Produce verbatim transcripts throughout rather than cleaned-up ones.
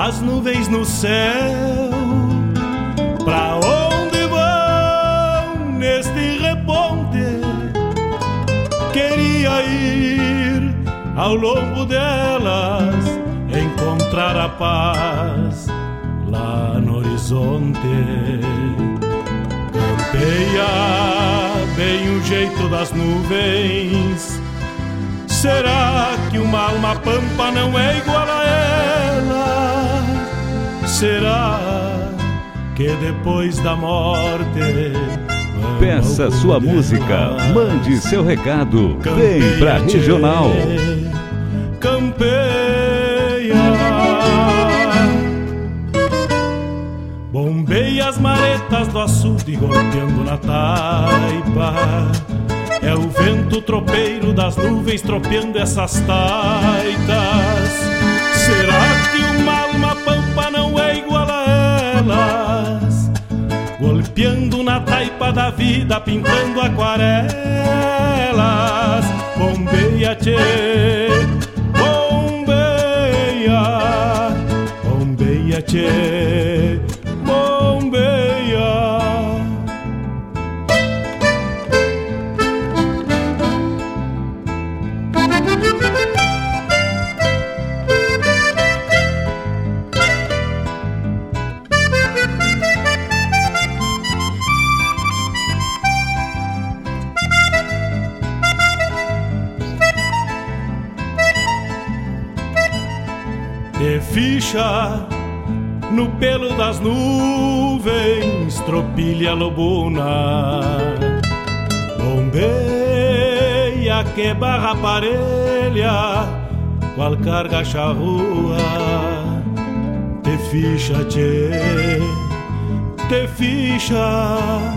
as nuvens no céu. Pra onde vão neste reponte? Queria ir ao longo delas, encontrar a paz lá no horizonte. Campeia bem o jeito das nuvens. Será que uma alma pampa não é igual a ela? Será que depois da morte... Peça sua música, mande seu recado, vem pra Regional. Campeia, bombeia as maretas do açude golpeando na taipa. É o vento tropeiro das nuvens tropeando essas taitas. Será que uma alma pampa não é igual a elas? Golpeando na taipa da vida, pintando aquarelas. Bombeia, tchê, bombeia, bombeia, tchê, bombeia. De ficha no pelo das nuvens, tropilha lobuna. Bombeia que barra parelha, qual carga charrua. Te ficha, tchê, te ficha,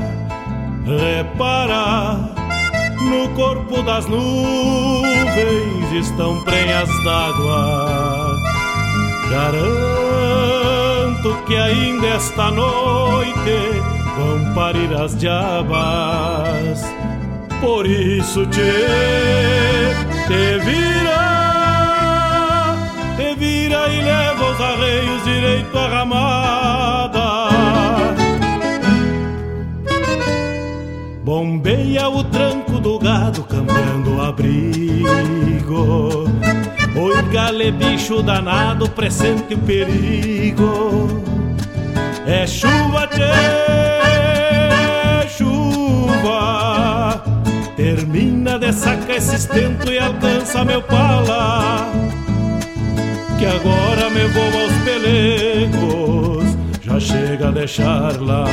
repara, no corpo das nuvens estão prenhas d'água. Garanto que ainda esta noite vão parir as diabas. Por isso te, te vira, te vira e leva os arreios direito à ramada. Bombeia o tranco do gado cambiando o abrigo. Oi, gale, bicho danado, pressente o perigo. É chuva, tchê, chuva. Termina de sacar esse estento e alcança meu pala. Que agora me vou aos pelegos, já chega a deixar lá.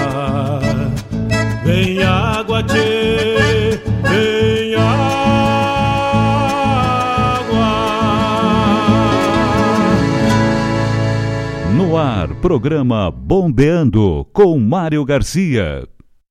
Vem água, tchê, vem água. No ar, programa Bombeando com Mário Garcia.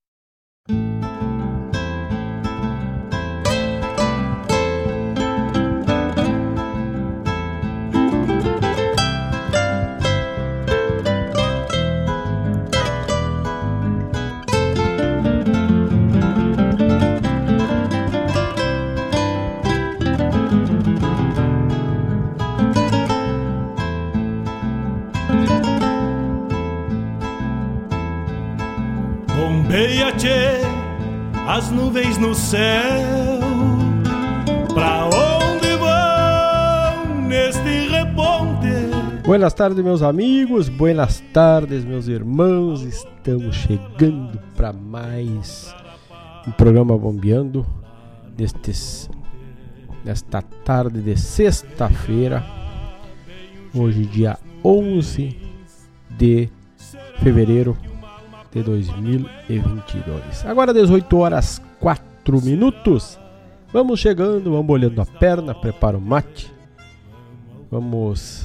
Bombeia, tchê, as nuvens no céu. Pra onde vão neste reponte? Buenas tardes, meus amigos, buenas tardes, meus irmãos. Estamos chegando para mais um programa Bombeando destes, nesta tarde de sexta-feira, hoje dia onze de fevereiro de dois mil e vinte e dois. Agora dezoito horas quatro minutos. Vamos chegando, vamos olhando a perna, prepara o mate. Vamos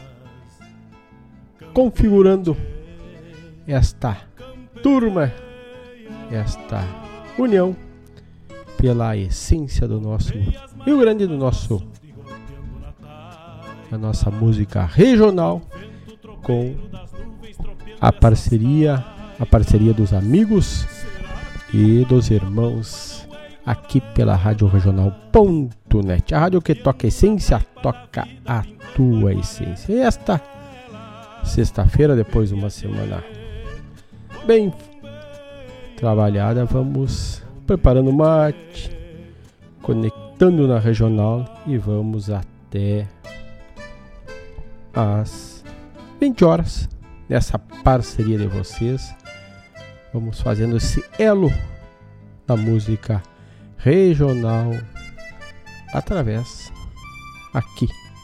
configurando esta turma, esta união pela essência do nosso Rio Grande, do nosso a nossa música regional, com a parceria a parceria dos amigos e dos irmãos aqui pela Rádio Regional ponto net, a rádio que toca a essência, toca a tua essência. E esta sexta-feira, depois de uma semana bem trabalhada, vamos preparando o mate, conectando na regional e vamos até às vinte horas nessa parceria de vocês. Vamos fazendo esse elo da música regional através aqui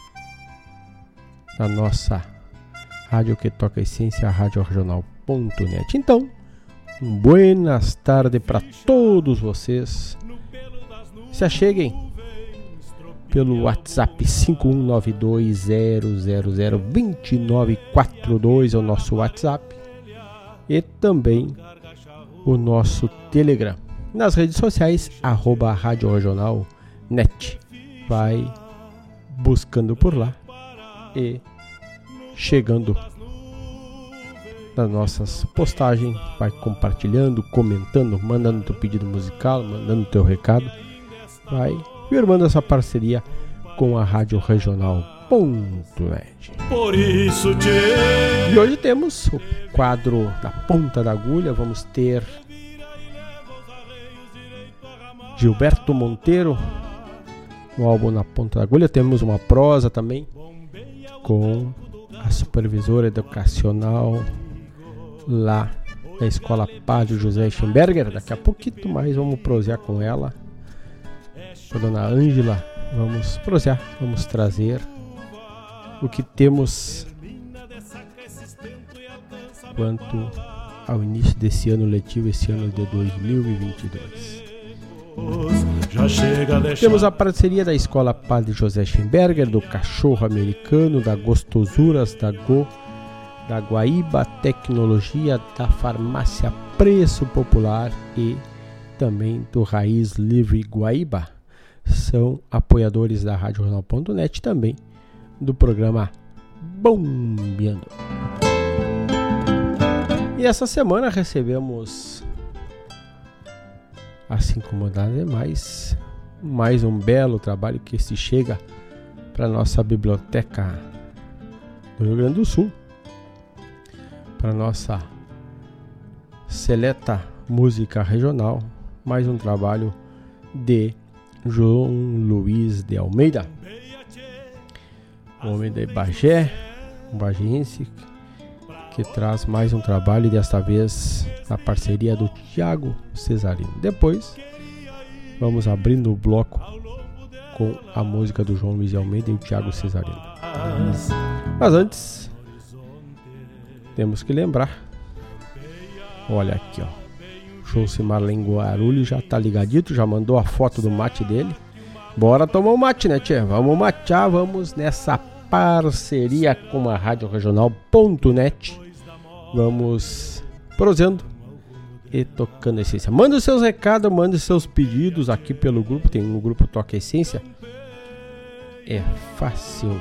da nossa rádio que toca a essência, rádio regional ponto net. Então, um buenas tardes para todos vocês. Se acheguem pelo WhatsApp cinco um nove dois zero zero zero dois nove quatro dois, é o nosso WhatsApp, e também o nosso Telegram. Nas redes sociais, arroba Rádio Regional Net. Vai buscando por lá e chegando nas nossas postagens, vai compartilhando, comentando, mandando teu pedido musical, mandando teu recado, vai firmando essa parceria com a Rádio Regional ponto net. Por isso te... E hoje temos o quadro da ponta da agulha. Vamos ter Gilberto Monteiro no álbum Na Ponta da Agulha. Temos uma prosa também com a supervisora educacional lá da Escola Padre José Schemberger. Daqui a pouquinho mais vamos prosear com ela, com a dona Ângela. Vamos prosear, vamos trazer o que temos quanto ao início desse ano letivo, esse ano de dois mil e vinte e dois. Já chega a deixar... Temos a parceria da Escola Padre José Schemberger, do Cachorro Americano, da Gostosuras da Go, da Guaíba Tecnologia, da Farmácia Preço Popular e também do Raiz Livre Guaíba. São apoiadores da Rádio Regional ponto net, também do programa Bombeando. E essa semana recebemos, assim como das demais, mais um belo trabalho que se chega para nossa biblioteca do Rio Grande do Sul, para nossa seleta música regional. Mais um trabalho de João Luiz de Almeida, homem de Bagé, um bagiense, que traz mais um trabalho, e desta vez na parceria do Thiago Cesarino. Depois vamos abrindo o bloco com a música do João Luiz de Almeida e o Thiago Cesarino. Mas antes, temos que lembrar, olha aqui, ó, Josimar Lenguarulho já tá ligadito, já mandou a foto do mate dele. Bora tomar um mate, né, tchê? Vamos matear, vamos nessa parceria com a Rádio Regional ponto net. Vamos prosendo e tocando a essência. Manda os seus recados, manda os seus pedidos aqui pelo grupo. Tem um grupo Toca Essência. É fácil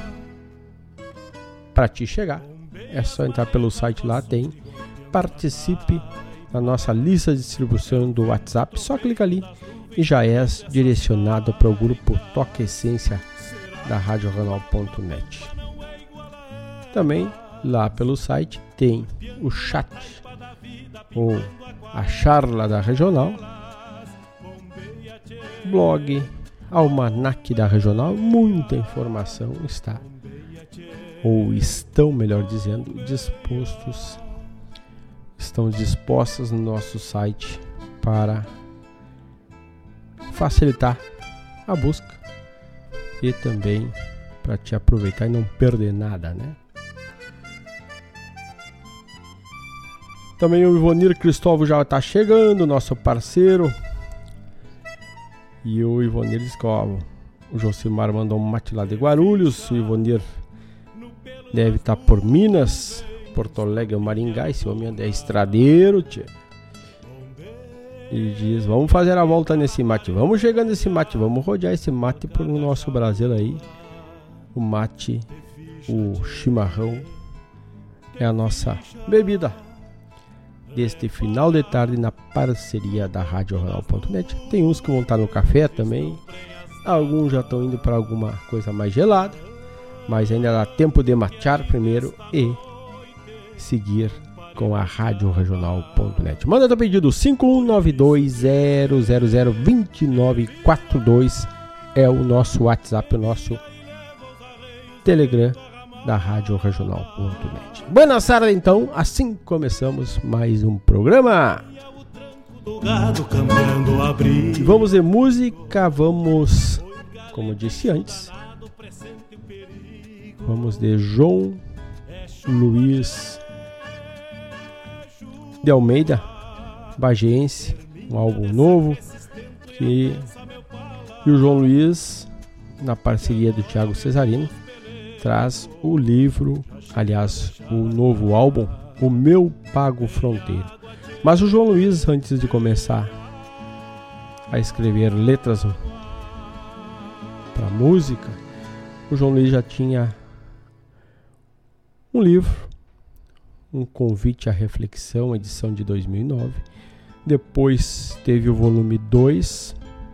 para te chegar. É só entrar pelo site lá, tem participe da nossa lista de distribuição do WhatsApp. Só clica ali e já és direcionado para o grupo Toca Essência da Rádio Regional ponto net. Também lá pelo site tem o chat ou a charla da regional, blog, almanaque da regional. Muita informação está, ou estão, melhor dizendo, dispostos estão dispostas no nosso site para facilitar a busca e também para te aproveitar e não perder nada, né? Também o Ivonir Cristóvão já está chegando, nosso parceiro. E o Ivonir diz que, ó, o Josimar mandou um mate lá de Guarulhos. O Ivonir deve estar por Minas, Porto Alegre, Maringá. Esse homem é estradeiro, tia. E diz, vamos fazer a volta nesse mate. Vamos chegando nesse mate, vamos rodear esse mate pro nosso Brasil aí. O mate, o chimarrão, é a nossa bebida deste final de tarde na parceria da Rádio Regional ponto net. Tem uns que vão estar no café também, alguns já estão indo para alguma coisa mais gelada, mas ainda dá tempo de matear primeiro e seguir com a rádio regional ponto net. Manda teu pedido, cinco um nove dois zero zero zero dois nove quatro dois é o nosso WhatsApp, o nosso Telegram da rádio regional ponto net. Boa tarde, então, assim começamos mais um programa. Vamos de música, vamos, como disse antes, vamos de João Luiz de Almeida, bagiense, um álbum novo, que e o João Luiz, na parceria do Thiago Cesarino, traz o livro, aliás, o novo álbum, O Meu Pago Fronteiro. Mas o João Luiz, antes de começar a escrever letras para música, o João Luiz já tinha um livro, um convite à reflexão, edição de dois mil e nove. Depois teve o volume dois,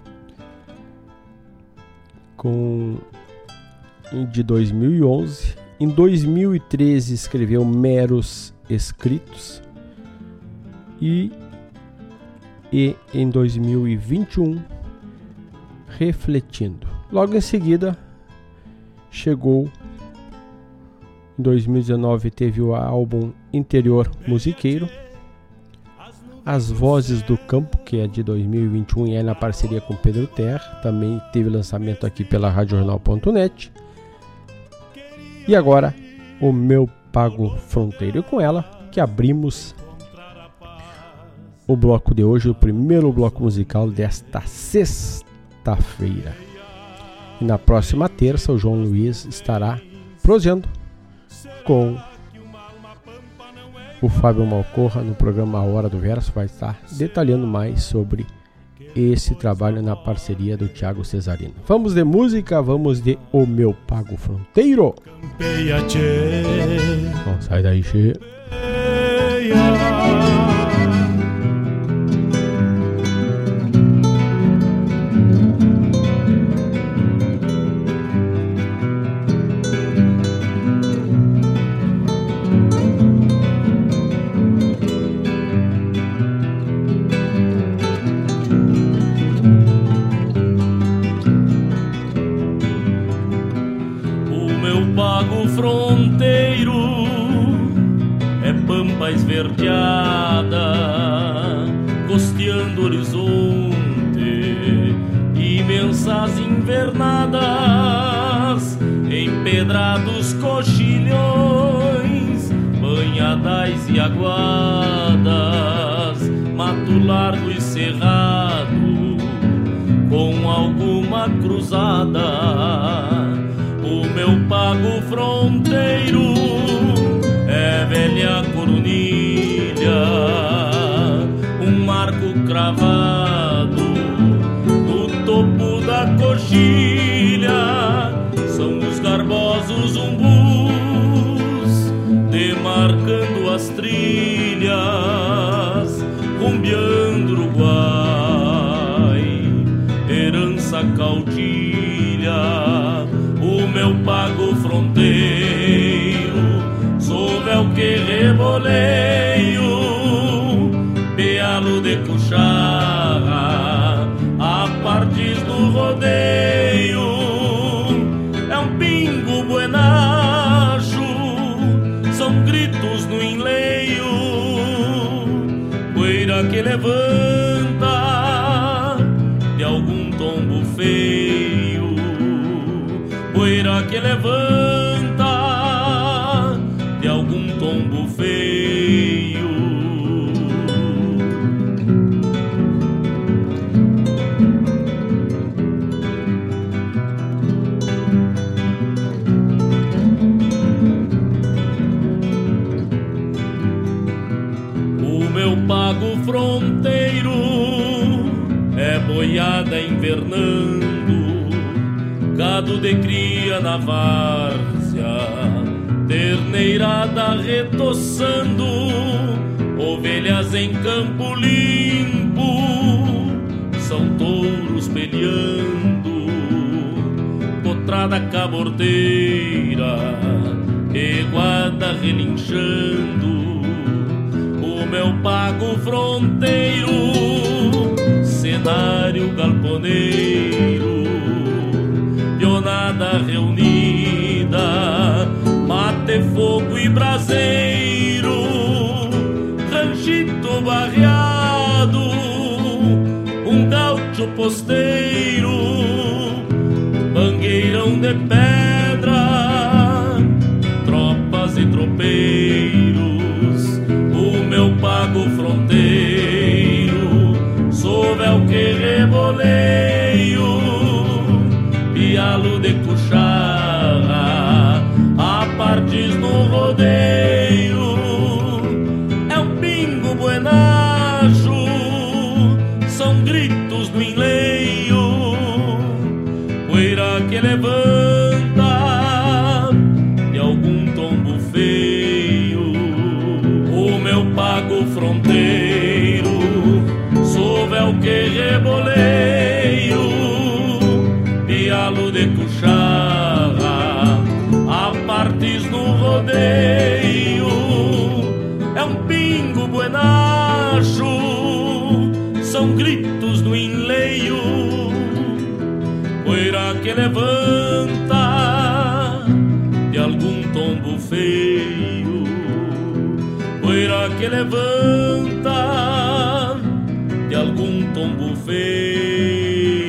com, de dois mil e onze. Em dois mil e treze escreveu Meros Escritos. E, e em dois mil e vinte e um, Refletindo. Logo em seguida, chegou em dois mil e dezenove, teve o álbum Interior Musiqueiro, As Vozes do Campo, que é de dois mil e vinte e um e é na parceria com Pedro Terra, também teve lançamento aqui pela rádio regional ponto net. E agora, O Meu Pago Fronteiro, e com ela que abrimos o bloco de hoje, o primeiro bloco musical desta sexta-feira. E na próxima terça, o João Luiz estará prosseando com o Fábio Malcorra no programa A Hora do Verso, vai estar detalhando mais sobre esse trabalho na parceria do Thiago Cesarino. Vamos de música, vamos de O Meu Pago Fronteiro. Bom, sai daí, che. Fronteiro é pampa esverdeada, costeando o horizonte, imensas invernadas, empedrados coxilhões, banhadais e aguadas, mato largo e cerrado, com alguma cruzada. O meu pago fronteiro é velha coronilha, um marco cravado no topo da coxilha. São os garbosos umbus demarcando as trilhas, rumbeando Uruguai, herança caudilha. O meu pago fronteiro, sou véu que reboleio, pealo de cucharra, a partes do rodeio. É um pingo buenacho, são gritos no enleio, poeira que levanta de algum tombo feio, poeira que levanta de algum tombo feio. O meu pago fronteiro é boiada invernando, gado de cria na várzea, terneirada retoçando, ovelhas em campo limpo, são touros peleando, potrada cabordeira, peguada relinchando, o meu pago fronteiro, cenário galponeiro, pionada reunida, mate, fogo e braseiro, ranchito barreado, um gaúcho posteiro, mangueirão de pedra, tropas e tropeiros, o meu pago fronteiro, sou véu que reboleio, pialo de cucharra, a partes no rodeio, é um pingo buenacho, são gritos no enleio, poeira que levanta de algum tombo feio, o meu pago fronteiro, sou véu que reboleio, pialo de cucharra, a partes no rodeio, é um pingo buenacho, são gritos no enleio, poeira que levanta de algum tombo feio, poeira que levanta de algum tombo feio.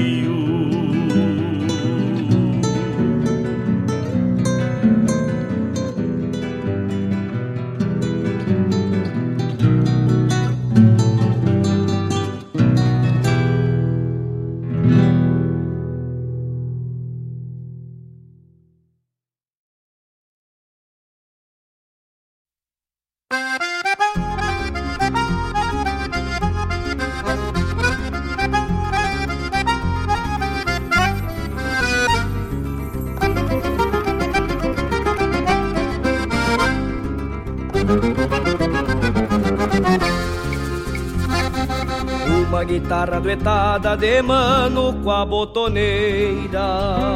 Uma guitarra duetada de mano com a botoneira,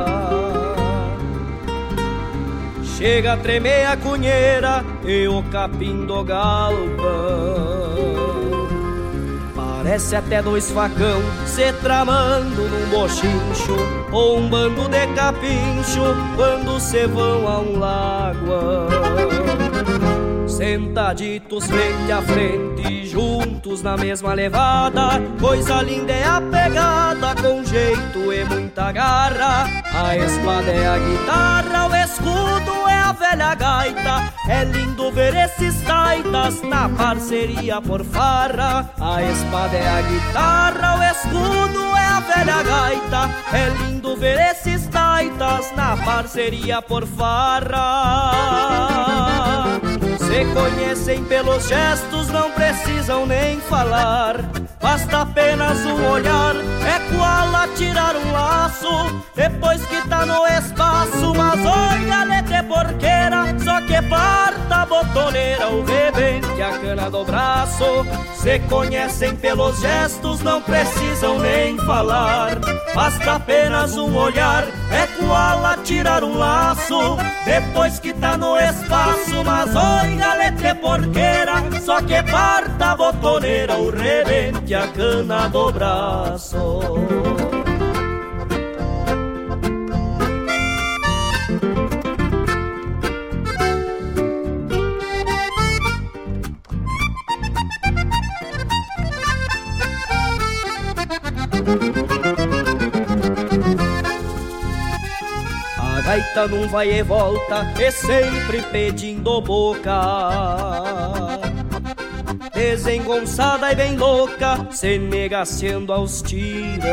chega a tremer a cunheira e o capim do galpão. Parece até dois facão se tramando num bochincho, ou um bando de capincho quando se vão a um lagoão. Sentaditos frente a frente, juntos na mesma levada, coisa linda é a pegada, com jeito e muita garra. A espada é a guitarra, o escudo é a velha gaita. É lindo ver esses taitas na parceria por farra. A espada é a guitarra, o escudo é a velha gaita. É lindo ver esses taitas na parceria por farra. Se conhecem pelos gestos, não precisam nem falar, basta apenas um olhar, é qual atirar um laço, depois que tá no espaço. Mas olha, letra porqueira, só que parta a botoneira, o rebente a cana do braço. Se conhecem pelos gestos, não precisam nem falar, basta apenas um olhar, é qual atirar um laço, depois que tá no espaço. Mas olha, letra porqueira, só que parta a botoneira, o rebente a cana do braço. A gaita num vai e volta, e sempre pedindo boca, desengonçada e bem louca, se negaciando aos tirão,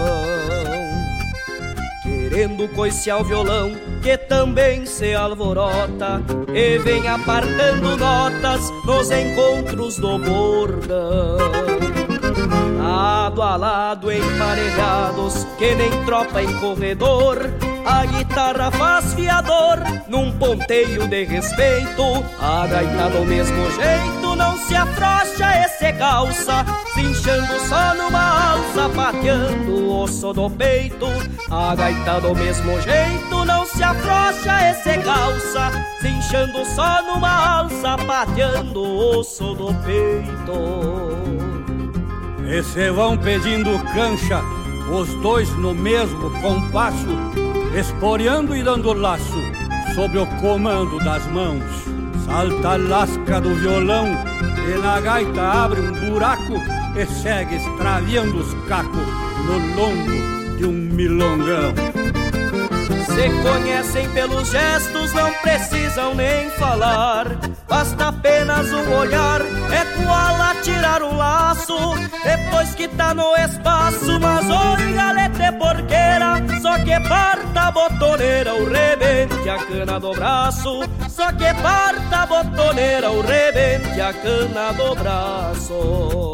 querendo coicear o violão, que também se alvorota, e vem apartando notas nos encontros do bordão. Lado a lado emparelhados, que nem tropa em corredor, a guitarra faz fiador num ponteio de respeito. A gaita do mesmo jeito não se afrouxa e se calça, cinchando só numa alça, pateando o osso do peito. A gaita do mesmo jeito não se afrouxa e se calça, cinchando só numa alça, pateando o osso do peito. E se vão pedindo cancha, os dois no mesmo compasso, esporeando e dando laço, sob o comando das mãos. Salta a lasca do violão e na gaita abre um buraco e segue extraviando os cacos no lombo de um milongão. Se conhecem pelos gestos, não precisam nem falar, basta apenas um olhar, é qual a tirar um laço, depois que tá no espaço. Mas oi, galete porqueira, só que parta a botoneira, o rebente a cana do braço, só que parta a botoneira, o rebente a cana do braço.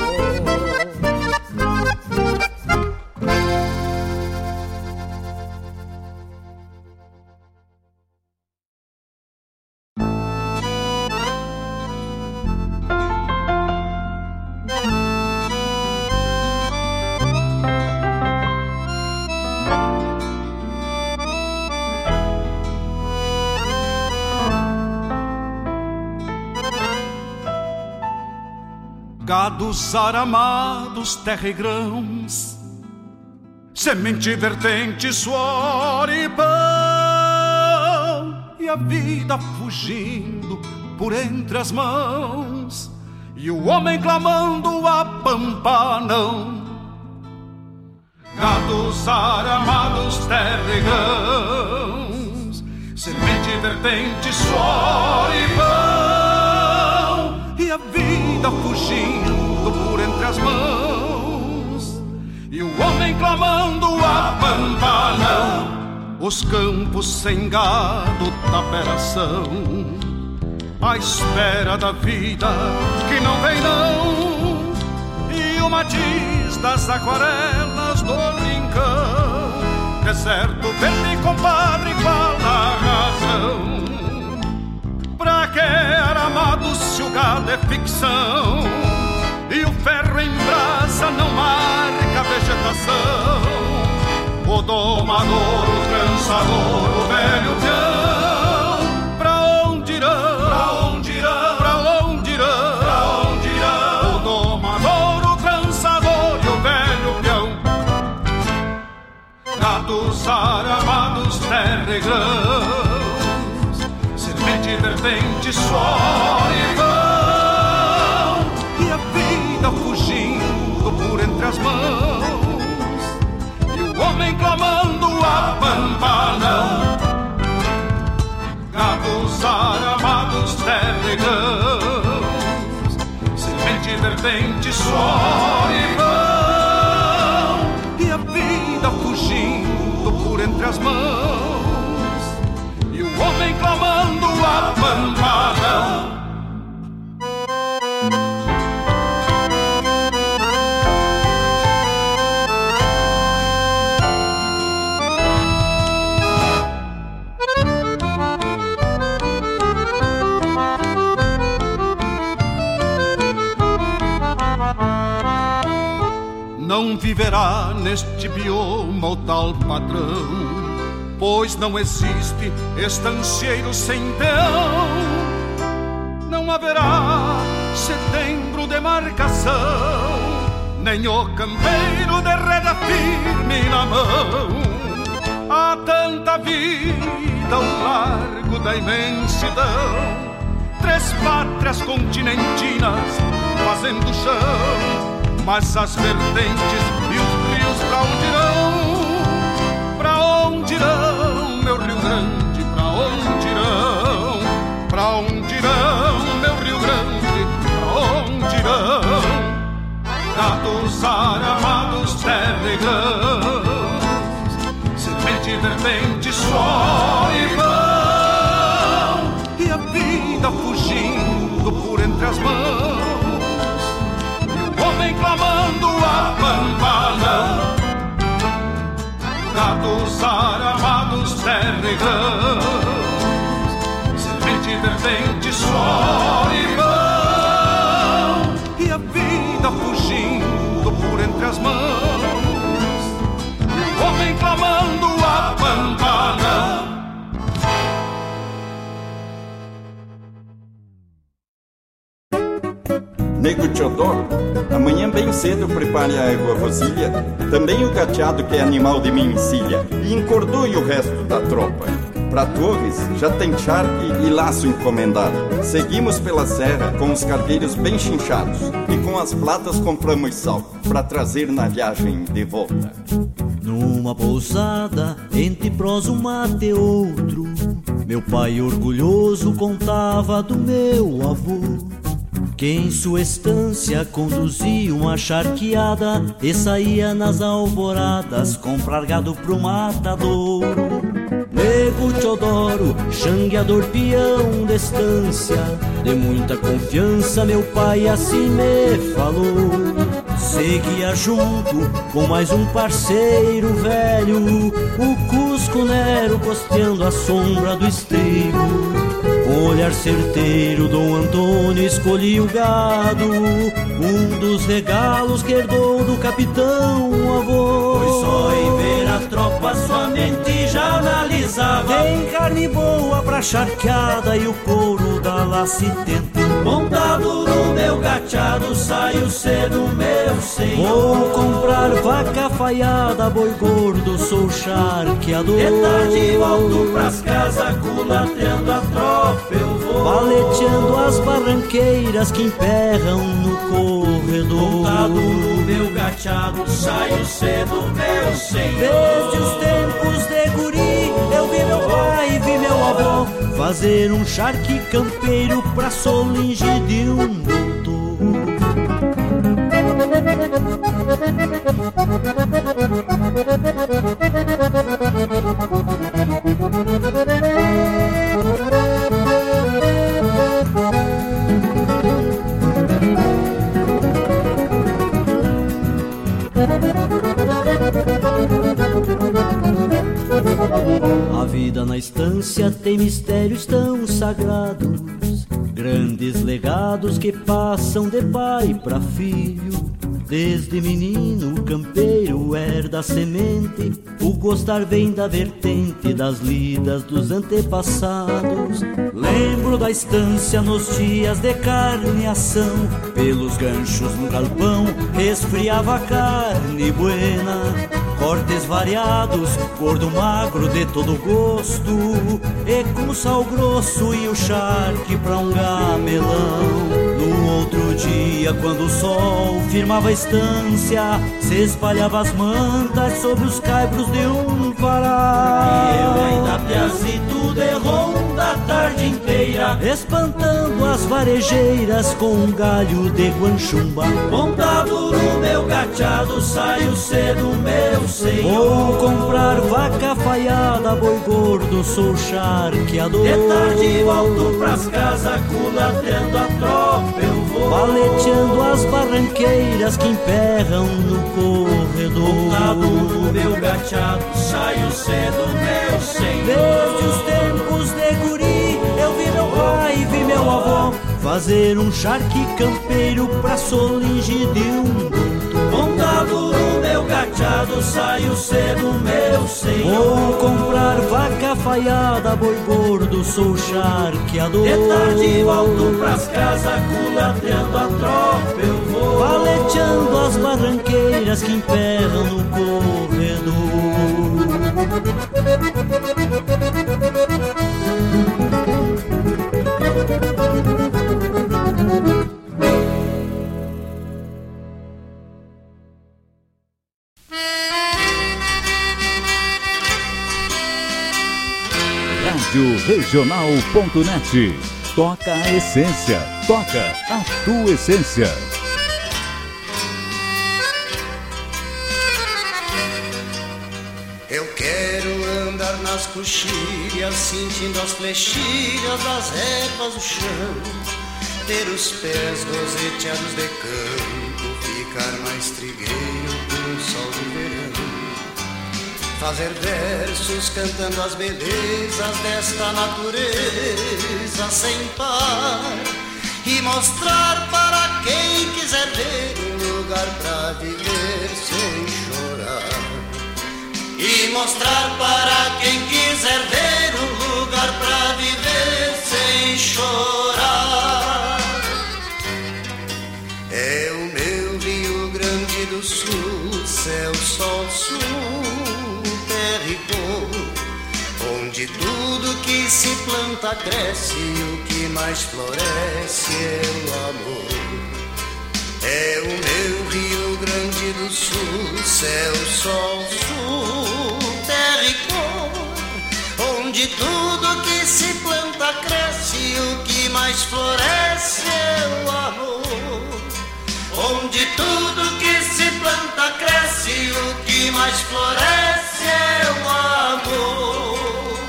Gados aramados, terra e grãos, semente, vertente, suor e pão, e a vida fugindo por entre as mãos, e o homem clamando a pampa não. Gados aramados, terra e grãos, semente, vertente, suor e pão, e a vida fugindo por entre as mãos, e o homem clamando a pampa não. Os campos sem gado, taperação, à espera da vida que não vem não, e o matiz das aquarelas do rincão, deserto verde, compadre, qual a razão? Pra que aramado se o gado é ficção, e o ferro em brasa não marca a vegetação? O domador, o trançador, o velho peão, pra onde irão? Pra onde irão? Pra onde irão? Pra onde irão? O domador, o trançador e o velho peão. Gados aramados, terra e grãos, semente, vertente, suor e vão, e a vida fugindo por entre as mãos, e o homem clamando a pampa não. Gados aramados, terra e grãos, semente, vertente, suor e vão, e a vida fugindo por entre as mãos, e o homem clamando a pampa não. Não viverá neste bioma o tal patrão, pois não existe estancieiro sem peão. Não haverá setembro de marcação, nem o campeiro de reda firme na mão. Há tanta vida ao largo da imensidão, três pátrias continentinas fazendo chão, mas as vertentes e os rios pra onde irão? Pra onde irão, meu Rio Grande? Pra onde irão? Pra onde irão, meu Rio Grande? Pra onde irão? Gados aramados, terra e grãos, semente, vertente, suor e vão, e a vida fugindo por entre as mãos, e o homem clamando a pampa não. Gados aramados, terra e grãos, semente, vertente, suor e vão, e a vida fugindo por entre as mãos. O homem clamando a pampana. Nego Teodoro, amanhã bem cedo prepare a égua rosilha, também o gateado que é animal de mimicilha, e encordoe o resto da tropa. Pra Torres já tem charque e laço encomendado. Seguimos pela serra com os cargueiros bem chinchados, e com as platas compramos sal, pra trazer na viagem de volta. Numa pousada, entre prós um mate e outro, meu pai orgulhoso contava do meu avô, que em sua estância conduzia uma charqueada e saía nas alvoradas comprar gado pro matadouro. Nego Teodoro, xangueador peão de estância, de muita confiança meu pai assim me falou. Seguia junto com mais um parceiro velho, o Cusco Nero costeando a sombra do estribo. Com olhar certeiro, Dom Antônio escolhia o gado, um dos regalos que herdou do capitão avô. Pois só em ver a tropa sua mente já analisava. Tem carne boa pra charqueada e o couro da lacitenta. Montado no meu gateado, saio cedo, meu senhor. Vou comprar vaca falhada, boi gordo, sou charqueador. De tarde volto pras casas, culateando a tropa eu vou. Paleteando as barranqueiras que emperram no corredor. Montado no meu gateado, saio cedo, meu senhor. Desde os tempos de guri, eu vi meu pai e vi meu avô fazer um charque campeiro pra solinge de um doutor. A vida na estância tem mistérios tão sagrados, grandes legados que passam de pai pra filho. Desde menino o campeiro herda a semente, o gostar vem da vertente das lidas dos antepassados. Lembro da estância nos dias de carneação, pelos ganchos no galpão resfriava a carne buena. Cortes variados, gordo magro de todo gosto, e com sal grosso e o charque pra um gamelão. No outro dia, quando o sol firmava a estância, se espalhava as mantas sobre os caibros de um varal. E eu ainda piazito de ronda a tarde inteira, espantando as varejeiras com um galho de guanchumba. Montado no meu gateado, saio cedo, meu senhor. Vou comprar vaca falhada, boi gordo, sou charqueador. De tarde volto pras casas, culateando a tropa eu vou. Paleteando as barranqueiras que emperram no corredor. Montado no meu gateado, saio cedo, meu senhor. Desde os tempos de guri, eu vi meu pai e vi meu avô fazer um charque campeiro pra solinge de um doutor. Montado no meu gateado, saio cedo, meu senhor. Vou comprar vaca falhada, boi gordo, sou charqueador. De tarde volto pras casas, culateando a tropa eu vou. Paleteando as barranqueiras que emperram no corredor. rádio regional ponto net. Toca a essência, toca a tua essência. Eu quero andar nas coxilhas, sentindo as flechilhas das ervas do chão, ter os pés roseteados de campo, ficar mais trigueiro com o sol do verão, fazer versos cantando as belezas desta natureza sem par, e mostrar para quem quiser e mostrar para quem quiser ver um lugar pra viver sem chorar. É o meu Rio Grande do Sul, céu, sol, sul, terra e cor, onde tudo que se planta cresce e o que mais floresce é o amor. É o meu Rio Grande do Sul, céu, sol, sul, terra e cor, onde tudo que se planta cresce e o que mais floresce é o amor. Onde tudo que se planta cresce e o que mais floresce é o amor.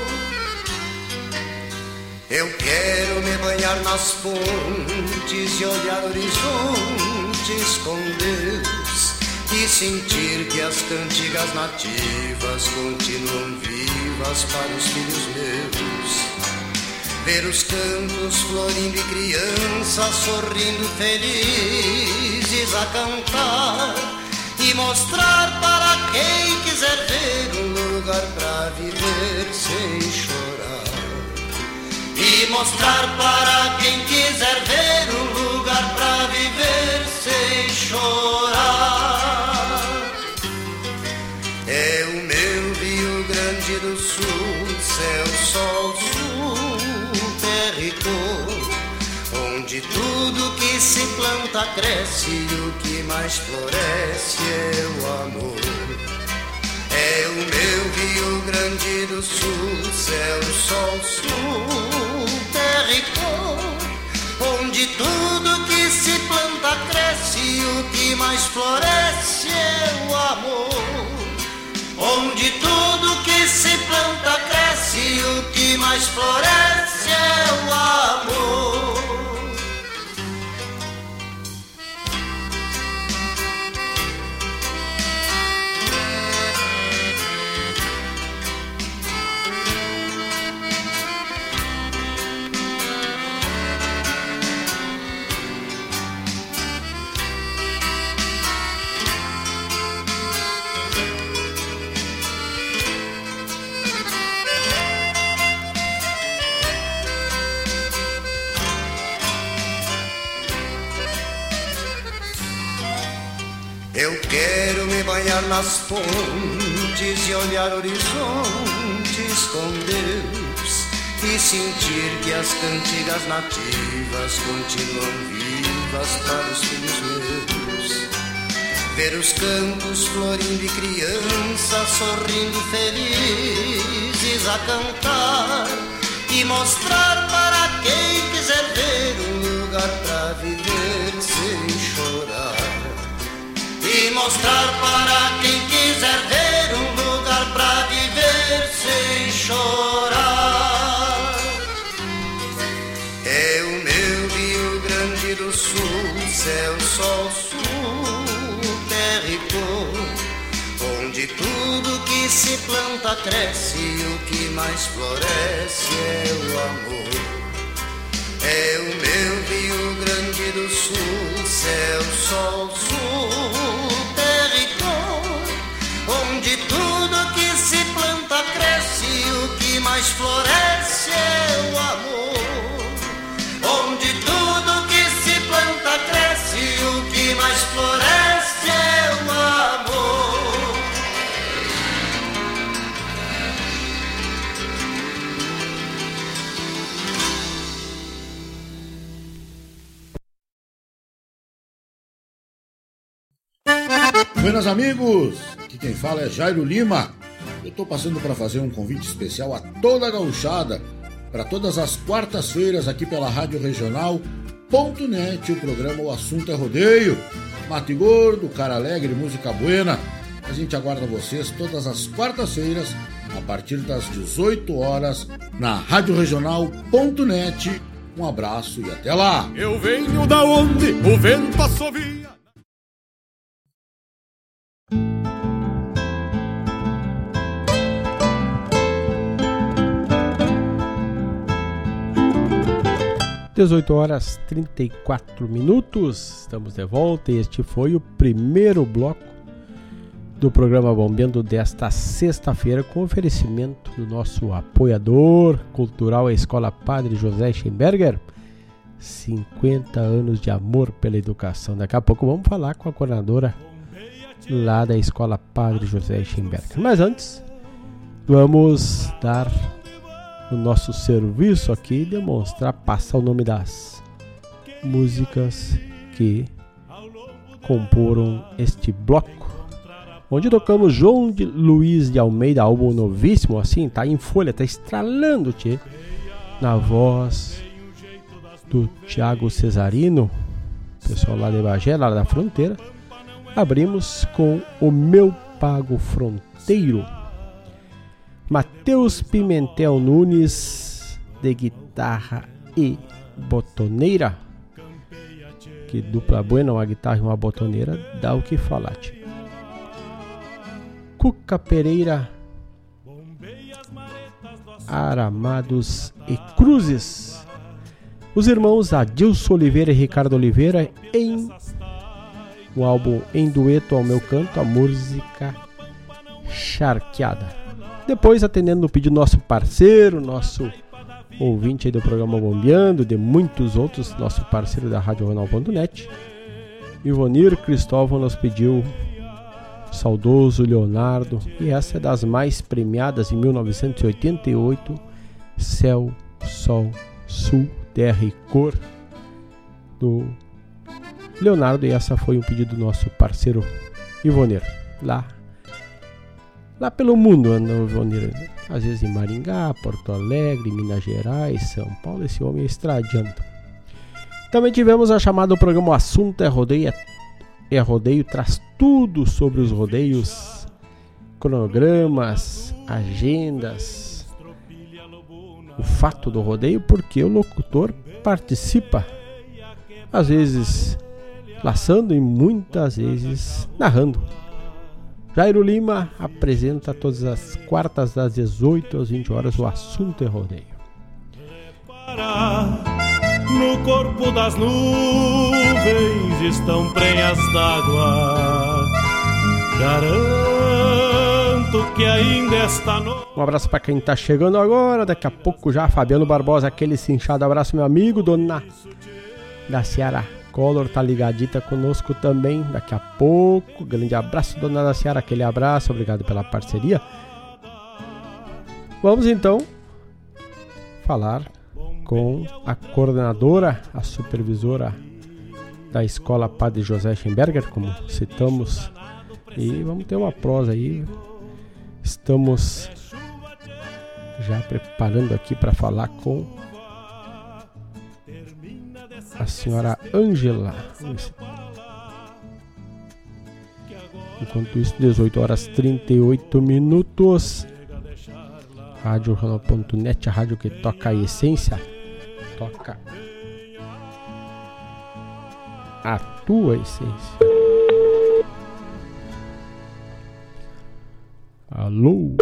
Eu quero me banhar nas fontes e olhar horizontes com Deus e sentir que as cantigas nativas continuam vivas para os filhos meus. Ver os campos florindo e crianças sorrindo felizes a cantar e mostrar para quem quiser ver um lugar pra viver sem chorar. E mostrar para quem quiser ver um lugar pra viver sem chorar. É o meu Rio Grande do Sul, céu, sol, sul, terra e cor, onde tudo que se planta cresce e o que mais floresce é o amor. É o meu Rio Grande do Sul, céu, sol, sul, terra e cor, onde tudo que se planta cresce e o que mais floresce é o amor. Onde tudo que se planta cresce e o que mais floresce é o amor. Eu quero me banhar nas fontes e olhar horizontes com Deus e sentir que as cantigas nativas continuam vivas para os filhos meus. Ver os campos florindo e crianças sorrindo felizes a cantar e mostrar para quem quiser ver um lugar pra viver sem chorar. E mostrar para quem quiser ver um lugar pra viver sem chorar. É o meu Rio Grande do Sul, céu, sol, sul, terra e cor, onde tudo que se planta cresce e o que mais floresce é o amor. É o meu Rio Grande do Sul, céu, sol, sul, terra e cor, onde tudo que se planta cresce e o que mais floresce é o amor. Onde tudo que se planta cresce e o que mais floresce é o amor. Buenas amigos, aqui quem fala é Jairo Lima. Eu estou passando para fazer um convite especial a toda a gauchada para todas as quartas-feiras aqui pela Rádio Regional ponto net, o programa O Assunto é Rodeio. Mate Gordo, Cara Alegre, Música Buena. A gente aguarda vocês todas as quartas-feiras a partir das dezoito horas na Rádio Regional ponto net. Um abraço e até lá. Eu venho da onde o vento assovia. dezoito horas e trinta e quatro minutos, estamos de volta e este foi o primeiro bloco do programa Bombeando desta sexta-feira, com oferecimento do nosso apoiador cultural, a Escola Padre José Schemberger. cinquenta anos de amor pela educação. Daqui a pouco vamos falar com a coordenadora lá da Escola Padre José Schemberger. Mas antes, vamos dar o nosso serviço aqui, demonstrar, passar o nome das músicas que comporam este bloco, onde tocamos João de Luiz de Almeida, álbum novíssimo, assim, tá em folha, tá estralando, tchê, na voz do Thiago Cesarino, pessoal lá de Bagé, lá da fronteira. Abrimos com O Meu Pago Fronteiro. Matheus Pimentel Nunes, de guitarra e botoneira. Que dupla buena, uma guitarra e uma botoneira, dá o que falar, tchê. Cuca Pereira, Aramados e Cruzes. Os irmãos Adilson Oliveira e Ricardo Oliveira em o álbum Em Dueto ao Meu Canto, a música Charqueada. Depois, atendendo o pedido do nosso parceiro, nosso ouvinte aí do programa Bombeando, de muitos outros, nosso parceiro da Rádio Regional ponto net, Ivonir Cristóvão nos pediu Saudoso Leonardo, e essa é das mais premiadas em mil novecentos e oitenta e oito, Céu, Sol, Sul, Terra e Cor, do Leonardo, e essa foi um pedido do nosso parceiro Ivonir, lá lá pelo mundo anda o Ivonir, às vezes em Maringá, Porto Alegre, Minas Gerais, São Paulo, esse homem é estradiando. Também tivemos a chamada do programa O Assunto é Rodeio, é, é Rodeio, traz tudo sobre os rodeios, cronogramas, agendas, o fato do rodeio, porque o locutor participa, às vezes laçando e muitas vezes narrando. Jairo Lima apresenta todas as quartas das dezoito às vinte horas o Assunto é Rodeio. No corpo das nuvens estão prenhas d'água. Garanto que ainda esta noite. Um abraço para quem tá chegando agora. Daqui a pouco já Fabiano Barbosa, aquele cinchado abraço, meu amigo. Dona da Ciara Collor tá ligadita conosco também. Daqui a pouco, grande abraço, dona da Ciara, aquele abraço, obrigado pela parceria. Vamos então falar com a coordenadora, a supervisora da Escola Padre José Schemberger, como citamos, e vamos ter uma prosa aí. Estamos já preparando aqui para falar com a senhora Ângela. Enquanto isso, dezoito horas e trinta e oito minutos. Rádio Regional ponto net, a rádio que toca a essência, toca a tua essência. Alô?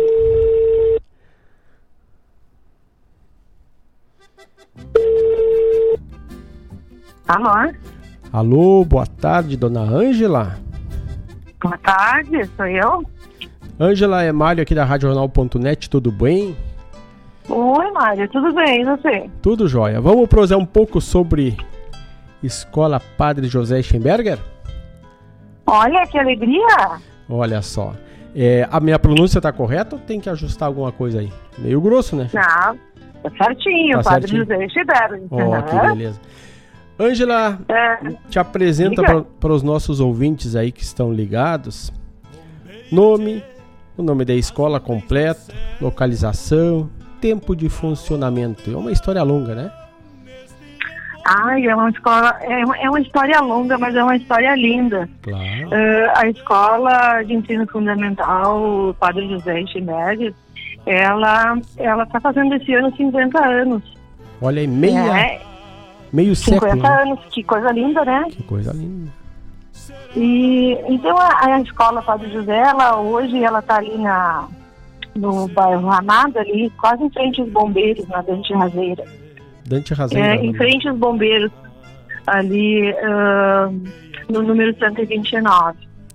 Alô? Alô, boa tarde, dona Ângela. Boa tarde, sou eu. Ângela, é Mário aqui da Rádio Regional ponto net, tudo bem? Oi, Mário, tudo bem, e você? Tudo jóia. Vamos prosseguir um pouco sobre Escola Padre José Schemberger? Olha, que alegria! Olha só. É, a minha pronúncia tá correta ou tem que ajustar alguma coisa aí? Meio grosso, né? Não, tá certinho, tá Padre certinho. José Schemberger. Ó, oh, que beleza. Ângela, é, te apresenta para os nossos ouvintes aí que estão ligados. Nome, o nome da escola completo, localização, tempo de funcionamento. É uma história longa, né? Ai, é uma escola, é uma, é uma história longa, mas é uma história linda. Claro. Uh, a escola de ensino fundamental Padre José Schemberger, ela ela está fazendo esse ano cinquenta anos. Olha aí, meia, é, meio século. cinquenta anos, que coisa linda, né? Que coisa linda. E então a, a escola Padre José, ela hoje ela está ali na no bairro Ramada, ali quase em frente aos bombeiros, na Dante Razeira. Dante Razeira. É, em frente aos bombeiros, ali uh, no número cento e vinte e nove.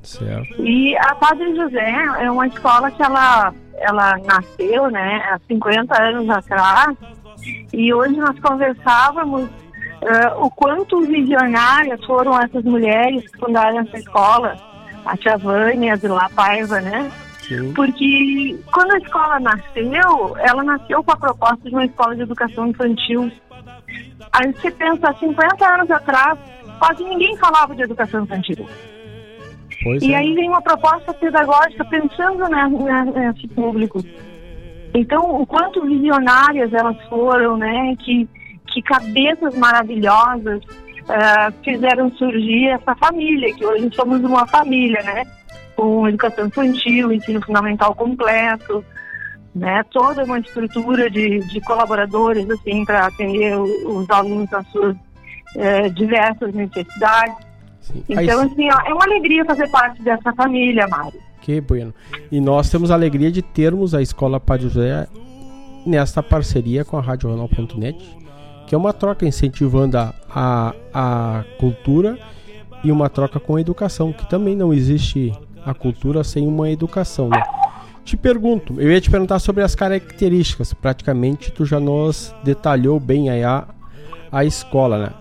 Certo. E a Padre José é uma escola que ela, ela nasceu, né, há cinquenta anos atrás, e hoje nós conversávamos uh, o quanto visionárias foram essas mulheres que fundaram essa escola, a tia Vânia, a Zilá Paiva, né? Sim. Porque quando a escola nasceu, ela nasceu com a proposta de uma escola de educação infantil. Aí você pensa, cinquenta anos atrás, quase ninguém falava de educação infantil. Pois e é. aí vem uma proposta pedagógica pensando né, nesse público. Então, o quanto visionárias elas foram, né? Que, que cabeças maravilhosas uh, fizeram surgir essa família, que hoje somos uma família, né? Com educação infantil, ensino fundamental completo, né? Toda uma estrutura de, de colaboradores, assim, para atender os alunos às suas uh, diversas necessidades. Sim. Então, Aí, assim, ó, é uma alegria fazer parte dessa família, Mário. que bueno. E nós temos a alegria de termos a Escola Padre José nesta parceria com a Rádio Regional ponto net, que é uma troca incentivando a, a, a cultura e uma troca com a educação, que também não existe a cultura sem uma educação, né? Te pergunto, eu ia te perguntar sobre as características, praticamente tu já nos detalhou bem aí a, a escola, né?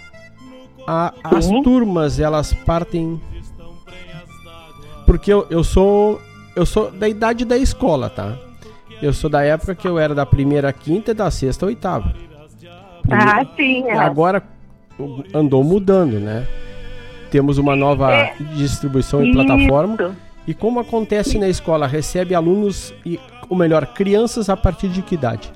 A, as turmas, elas partem... Porque eu, eu sou eu sou da idade da escola, tá? Eu sou da época que eu era da primeira à quinta e da sexta à oitava. Primeiro, ah, sim. É. Agora andou mudando, né? Temos uma nova é. distribuição em Isso. plataforma. E como acontece na escola? Recebe alunos, e, ou melhor, crianças a partir de que idade?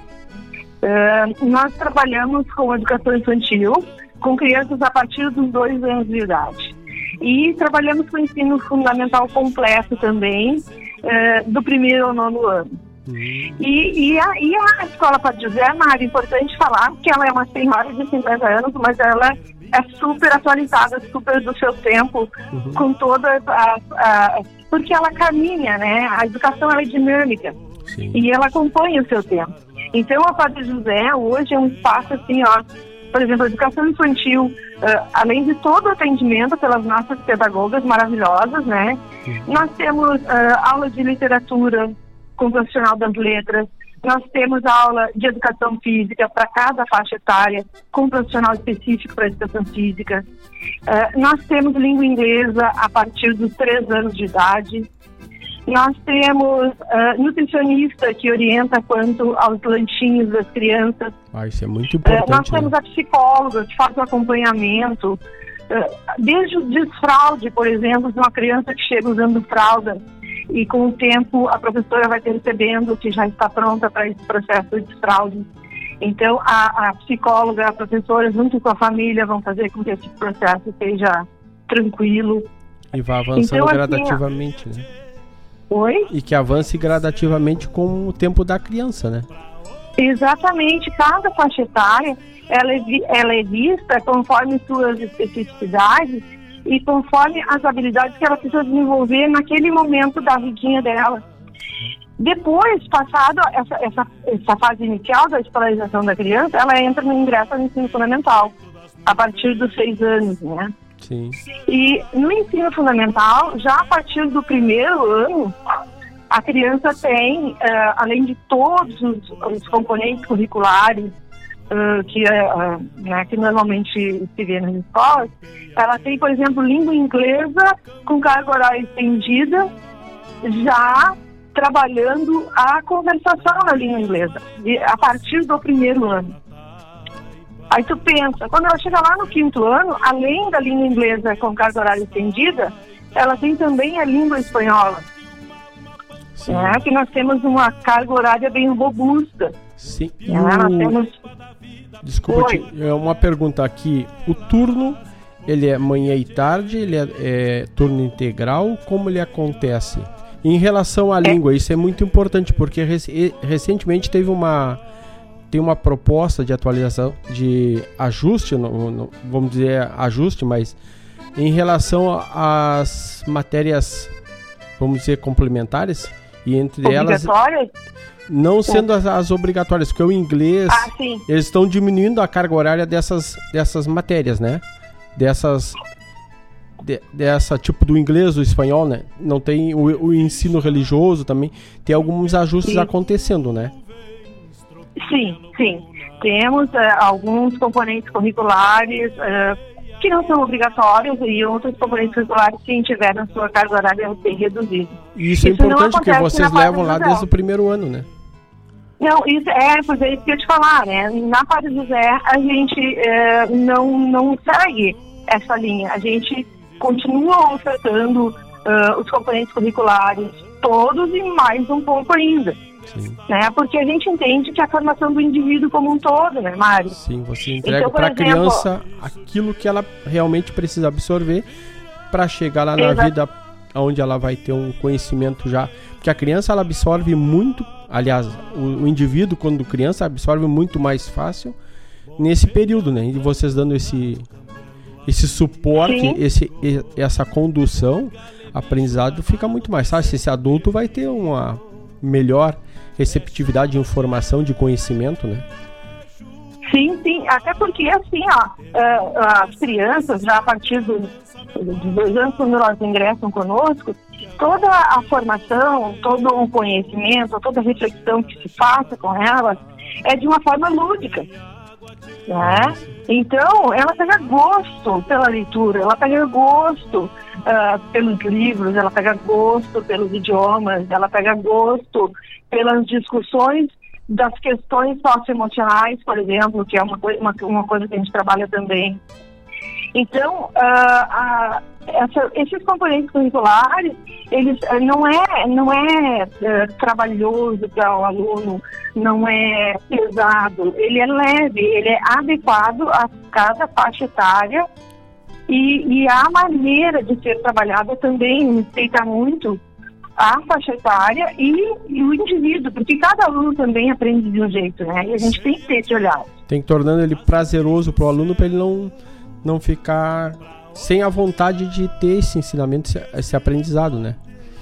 Uh, nós trabalhamos com educação infantil, com crianças a partir dos dois anos de idade. E trabalhamos com ensino fundamental completo também, uh, do primeiro ao nono ano. Uhum. E, e, a, e a Escola Padre José, é importante falar que ela é uma senhora de cinquenta anos, mas ela é super atualizada, super do seu tempo, uhum. com todas as... A, porque ela caminha, né? A educação ela é dinâmica. Sim. E ela acompanha o seu tempo. Então, a Padre José hoje é um espaço assim, ó, por exemplo, a educação infantil, uh, além de todo o atendimento pelas nossas pedagogas maravilhosas, né? Uhum. Nós temos uh, aula de literatura com o profissional das letras, nós temos aula de educação física para cada faixa etária, com um profissional específico para educação física. Uh, nós temos língua inglesa a partir dos três anos de idade. Nós temos uh, nutricionista que orienta quanto aos lanchinhos das crianças. Ah, isso é muito importante. Uh, nós né? temos a psicóloga que faz o acompanhamento. Uh, desde o desfraude, por exemplo, de uma criança que chega usando fralda, e com o tempo a professora vai percebendo que já está pronta para esse processo de desfraude. Então a, a psicóloga, a professora, junto com a família, vão fazer com que esse processo seja tranquilo. E vá avançando então, gradativamente, assim, né? Oi? E que avance gradativamente com o tempo da criança, né? Exatamente. Cada faixa etária, ela é, vi, ela é vista conforme suas especificidades e conforme as habilidades que ela precisa desenvolver naquele momento da vidinha dela. Depois, passado essa, essa, essa fase inicial da escolarização da criança, ela entra no ingresso no ensino fundamental, a partir dos seis anos, né? Sim. E no ensino fundamental, já a partir do primeiro ano, a criança tem, uh, além de todos os, os componentes curriculares, Uh, que, uh, né, que normalmente se vê nas escolas, ela tem, por exemplo, língua inglesa com carga horária estendida, já trabalhando a conversação na língua inglesa, de, a partir do primeiro ano. Aí tu pensa, quando ela chega lá no quinto ano, além da língua inglesa com carga horária estendida, ela tem também a língua espanhola. É, que nós temos uma carga horária bem robusta. Sim. É, nós temos... Desculpa, te, é uma pergunta aqui. O turno, ele é manhã e tarde, ele é, é turno integral, como ele acontece? Em relação à é. língua, isso é muito importante, porque rec recentemente teve uma, tem uma proposta de atualização, de ajuste, não, não, vamos dizer ajuste, mas em relação às matérias, vamos dizer, complementares, e entre elas... Não sendo as, as obrigatórias, porque o inglês, ah, eles estão diminuindo a carga horária dessas, dessas matérias, né? Dessas, de, dessa tipo do inglês, do espanhol, né? Não tem o, o ensino religioso também, tem alguns ajustes sim. acontecendo, né? Sim, sim. Temos uh, alguns componentes curriculares uh, que não são obrigatórios e outros componentes curriculares que tiveram sua carga horária bem reduzida. Isso é isso importante porque vocês levam lá desde o primeiro ano, né? Não, isso é, pois é isso que eu ia te falar, né? Na Padre José a gente uh, não, não segue essa linha. A gente continua ofertando uh, os componentes curriculares todos e mais um pouco ainda. Sim. Né? Porque a gente entende que a formação do indivíduo como um todo, né, Mário? Sim, você entrega então, para a criança aquilo que ela realmente precisa absorver para chegar lá na Exato. vida onde ela vai ter um conhecimento já. Porque a criança, ela absorve muito, aliás, o, o indivíduo, quando criança, absorve muito mais fácil nesse período, né? E vocês dando esse, esse suporte, esse, essa condução, aprendizado fica muito mais fácil. Esse adulto vai ter uma melhor receptividade de informação, de conhecimento, né? Sim, sim, até porque assim, ó, as crianças já a partir dos, dos dois anos quando elas ingressam conosco, toda a formação, todo o conhecimento, toda a reflexão que se faça com elas é de uma forma lúdica, né? Então, ela pega gosto pela leitura, ela pega gosto uh, pelos livros, ela pega gosto pelos idiomas, ela pega gosto pelas discussões das questões socioemocionais, por exemplo, que é uma, coi- uma, uma coisa que a gente trabalha também. Então, uh, uh, essa, esses componentes curriculares, eles uh, não é, não é uh, trabalhoso para o aluno, não é pesado, ele é leve, ele é adequado a cada faixa etária e, e a maneira de ser trabalhada também respeita muito a faixa etária e, e o indivíduo, porque cada aluno também aprende de um jeito, né? E a gente tem que ter esse olhar. Tem que tornando ele prazeroso para o aluno, para ele não, não ficar sem a vontade de ter esse ensinamento, esse, esse aprendizado, né?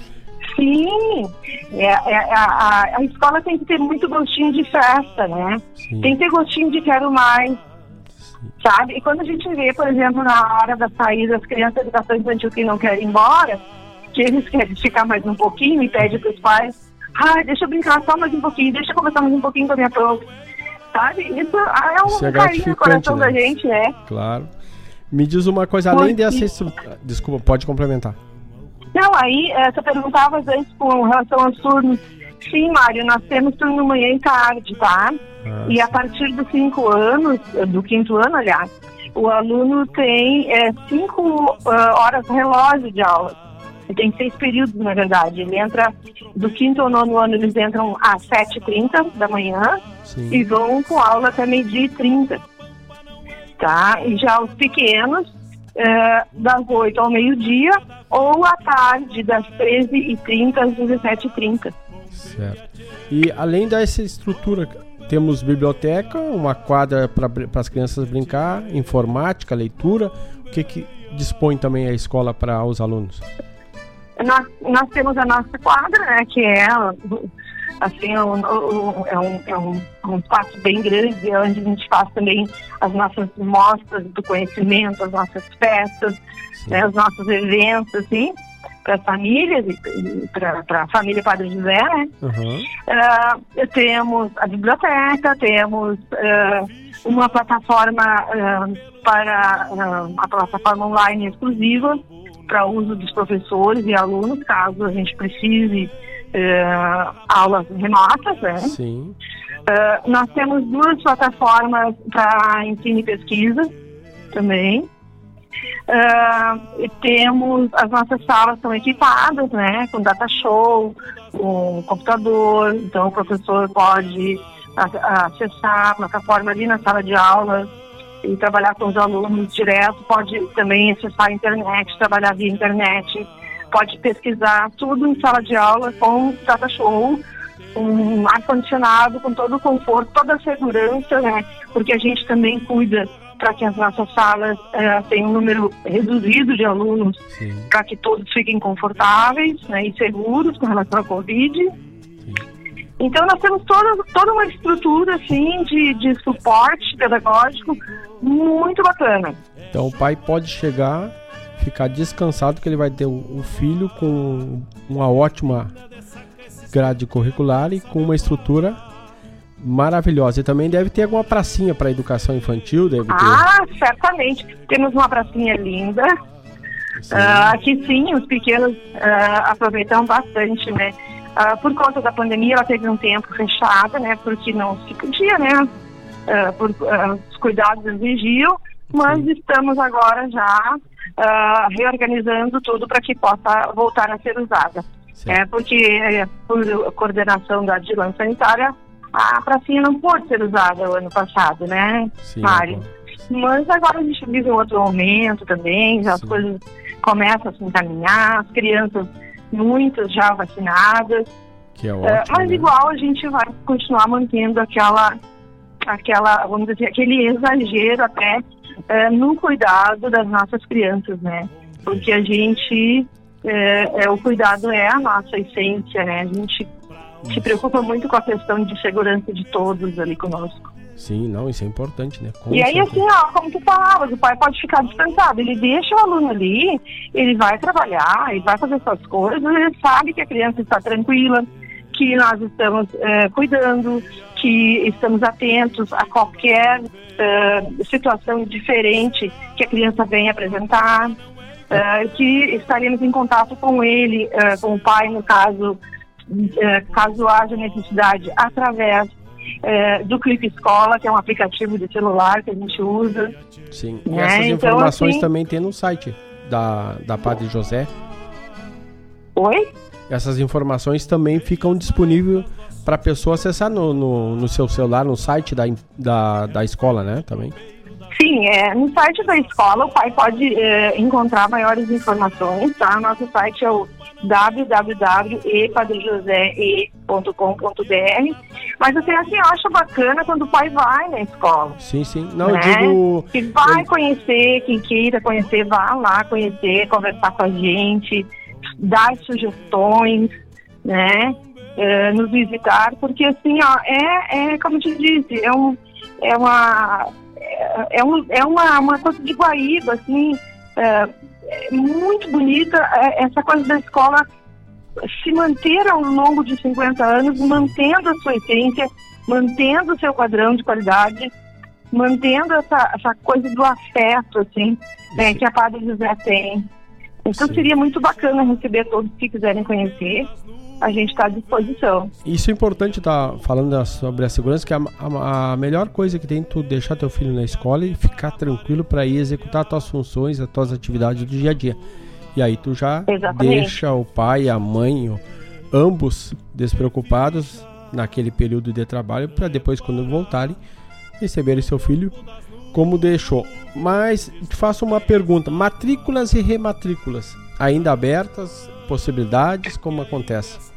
Sim, é, é, a, a escola tem que ter muito gostinho de festa, né? Sim. Tem que ter gostinho de quero mais, Sim. sabe? E quando a gente vê, por exemplo, na hora da saída, as crianças da educação infantil que não querem ir embora, que eles querem ficar mais um pouquinho e pedem para os pais, ah, deixa eu brincar só mais um pouquinho, deixa eu conversar mais um pouquinho com a minha prof, sabe? Isso é um Isso é carinho no coração né? da gente, né? Claro. Me diz uma coisa, além dessa estrutura... Desculpa, pode complementar. Não, aí, você perguntava às vezes com relação aos turnos. Sim, Mário, nós temos turno manhã e tarde, tá? Ah, e sim. a partir dos cinco anos, do quinto ano, aliás, o aluno tem é, cinco uh, horas relógio de aula. Ele tem seis períodos, na verdade. Ele entra, do quinto ao nono ano, eles entram às sete e trinta da manhã sim. e vão com aula até meio-dia e trinta. Tá? E já os pequenos, é, das oito ao meio-dia, ou à tarde, das treze e trinta às dezessete e trinta. Certo. E além dessa estrutura, temos biblioteca, uma quadra para as crianças brincar, informática, leitura. O que, que dispõe também a escola para os alunos? Nós, nós temos a nossa quadra, né, que é assim, um, um, é, um, é um, um espaço bem grande, onde a gente faz também as nossas mostras do conhecimento, as nossas festas, né, os nossos eventos, assim, para as famílias e para a família Padre José, né? Uhum. Uh, temos a biblioteca, temos uh, uma plataforma uh, para uh, a plataforma online exclusiva para uso dos professores e alunos, caso a gente precise uh, aulas remotas, né? Sim. Uh, nós temos duas plataformas para ensino e pesquisa também. Uh, temos, as nossas salas são equipadas, né, com data show, com computador, então o professor pode a, a acessar a plataforma ali na sala de aula e trabalhar com os alunos direto, pode também acessar a internet, trabalhar via internet, pode pesquisar tudo em sala de aula com data show, um ar-condicionado, com todo o conforto, toda a segurança, né, porque a gente também cuida para que as nossas salas uh, tenham um número reduzido de alunos, para que todos fiquem confortáveis, né, e seguros com relação à Covid. Sim. Então nós temos toda, toda uma estrutura assim, de, de suporte pedagógico muito bacana. Então o pai pode chegar, ficar descansado que ele vai ter o, o filho com uma ótima grade curricular e com uma estrutura maravilhosa. E também deve ter alguma pracinha para educação infantil, deve ter. Ah, certamente. Temos uma pracinha linda. Uh, aqui sim, os pequenos uh, aproveitam bastante, né? Uh, por conta da pandemia, ela teve um tempo fechada, né? Porque não se podia, né? Uh, por, uh, os cuidados exigiam, mas sim. Estamos agora já uh, reorganizando tudo para que possa voltar a ser usada. É porque, é, por coordenação da vigilância sanitária, a pracinha não pôde ser usada o ano passado, né, Sim, Mário? É Mas agora a gente vive um outro momento também, já as coisas começam a se encaminhar, as crianças, muitas já vacinadas. Que é ótimo, é, mas né? igual a gente vai continuar mantendo aquela, aquela vamos dizer, aquele exagero até é, no cuidado das nossas crianças, né? Porque a gente... É, é, o cuidado é a nossa essência, né? A gente se preocupa muito com a questão de segurança de todos ali conosco. Sim, não, isso é importante, né? Com e aí, certeza. Assim, ó, como tu falavas, o pai pode ficar descansado, ele deixa o aluno ali, ele vai trabalhar, ele vai fazer suas coisas, ele sabe que a criança está tranquila, que nós estamos é, cuidando, que estamos atentos a qualquer é, situação diferente que a criança venha apresentar. Uh, que estaremos em contato com ele, uh, com o pai, no caso, uh, caso haja necessidade, através uh, do Clipe Escola, que é um aplicativo de celular que a gente usa. Sim, e né? Essas então, informações assim... também tem no site da, da Padre José. Oi? Essas informações também ficam disponíveis para a pessoa acessar no, no, no seu celular, no site da, da, da escola, né? Também. Sim, é, no site da escola o pai pode é, encontrar maiores informações, tá? Nosso site é o w w w ponto e padre josé e ponto com ponto b r. Mas assim, assim, eu acho bacana quando o pai vai na escola. Sim, sim. Não, né? eu digo... Que vai eu... conhecer, quem queira conhecer, vá lá conhecer, conversar com a gente, dar sugestões, né? É, nos visitar, porque assim, ó, é, é como eu te disse, é, um, é uma... É, um, é uma, uma coisa de Guaíba, assim, é, é muito bonita, é, essa coisa da escola se manter ao longo de cinquenta anos, mantendo a sua essência, mantendo o seu padrão de qualidade, mantendo essa, essa coisa do afeto, assim, né, que a Padre José tem. Então Sim. Seria muito bacana receber todos que quiserem conhecer. A gente está à disposição. Isso é importante, tá falando da, sobre a segurança, que a, a, a melhor coisa que tem é tu deixar teu filho na escola e ficar tranquilo para ir executar as tuas funções, as tuas atividades do dia a dia. E aí tu já Exatamente. Deixa o pai, a mãe, o, ambos despreocupados naquele período de trabalho, para depois, quando voltarem, receberem seu filho como deixou. Mas te faço uma pergunta: matrículas e rematrículas ainda abertas? Possibilidades? Como acontece?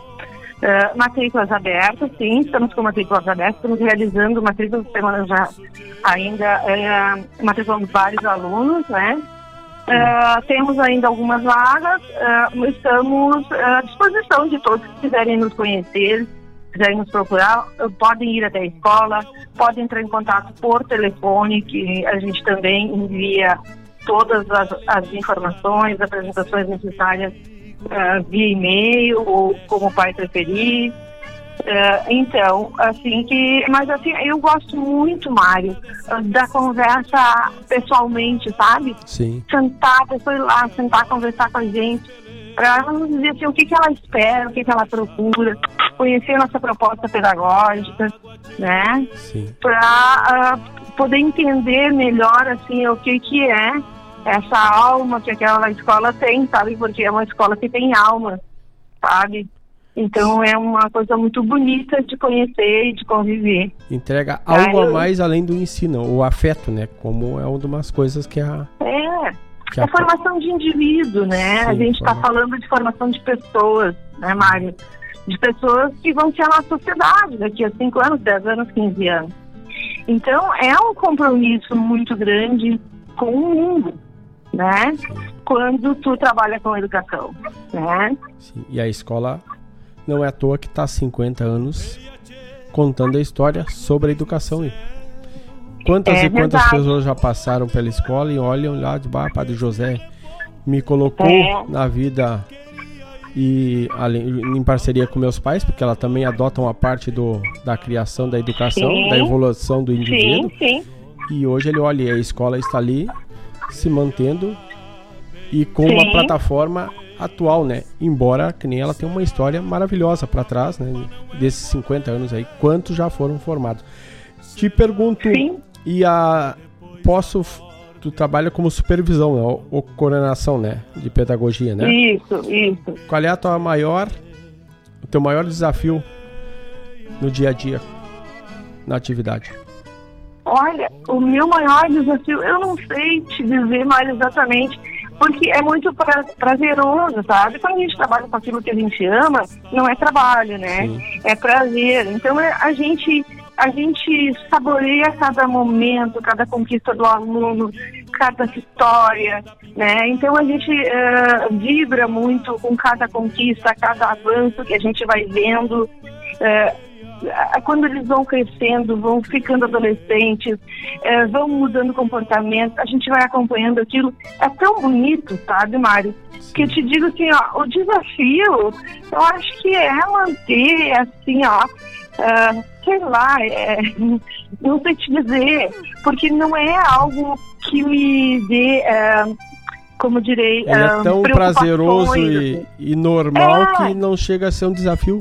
Uh, matrículas abertas, sim, estamos com matrículas abertas, estamos realizando matrículas, semana já ainda uh, matriculamos vários alunos, né? Uh, temos ainda algumas vagas, uh, estamos à disposição de todos que quiserem nos conhecer, quiserem nos procurar, uh, podem ir até a escola, podem entrar em contato por telefone, que a gente também envia todas as, as informações, apresentações necessárias Uh, via e-mail ou como o pai preferir. Uh, então, assim que... Mas assim, eu gosto muito, Mário, uh, da conversa pessoalmente, sabe? Sim. Sentar, a pessoa ir lá, sentar, conversar com a gente, para nos dizer assim, o que, que ela espera, o que, que ela procura, conhecer a nossa proposta pedagógica, né? Sim. Para uh, poder entender melhor, assim, o que que é essa alma que aquela escola tem, sabe? Porque é uma escola que tem alma, sabe? Então é uma coisa muito bonita de conhecer e de conviver. Entrega algo Aí, a mais além do ensino, o afeto, né? Como é uma das coisas que a... É, que a, a formação de indivíduo, né? Sim, a gente está falando de formação de pessoas, né, Mário? De pessoas que vão ser a nossa sociedade daqui a cinco anos, dez anos, quinze anos. Então é um compromisso muito grande com o mundo, né? Quando tu trabalha com educação, né? Sim. E a escola não é à toa que está há cinquenta anos contando a história sobre a educação. Quantas é, e quantas verdade. pessoas já passaram pela escola e olham lá de bar, Padre José me colocou É. na vida e além, em parceria com meus pais, porque ela também adota uma parte do, da criação, da educação, Sim. da evolução do indivíduo. Sim, sim. E hoje ele olha, a escola está ali se mantendo e com Sim. uma plataforma atual, né? Embora que nem ela tenha uma história maravilhosa para trás, né? Desses cinquenta anos aí, quantos já foram formados? Te pergunto, Sim. e a posso tu trabalha como supervisão, né? Ou, ou coordenação, né? De pedagogia, né? Isso, isso. Qual é a tua maior, o teu maior desafio no dia a dia, na atividade? Olha, o meu maior desafio, eu não sei te dizer mais exatamente, porque é muito pra, prazeroso, sabe? Quando a gente trabalha com aquilo que a gente ama, não é trabalho, né? Sim. É prazer. Então é, a gente a gente saboreia cada momento, cada conquista do aluno, cada história, né? Então a gente uh, vibra muito com cada conquista, cada avanço que a gente vai vendo. Uh, quando eles vão crescendo, vão ficando adolescentes, é, vão mudando comportamento, a gente vai acompanhando aquilo. É tão bonito, sabe, Mário? Que eu te digo assim, ó, o desafio, eu acho que é manter, assim, ó, uh, sei lá, é, não sei te dizer, porque não é algo que me dê, uh, como direi, Ele é tão prazeroso e, e normal é. que não chega a ser um desafio.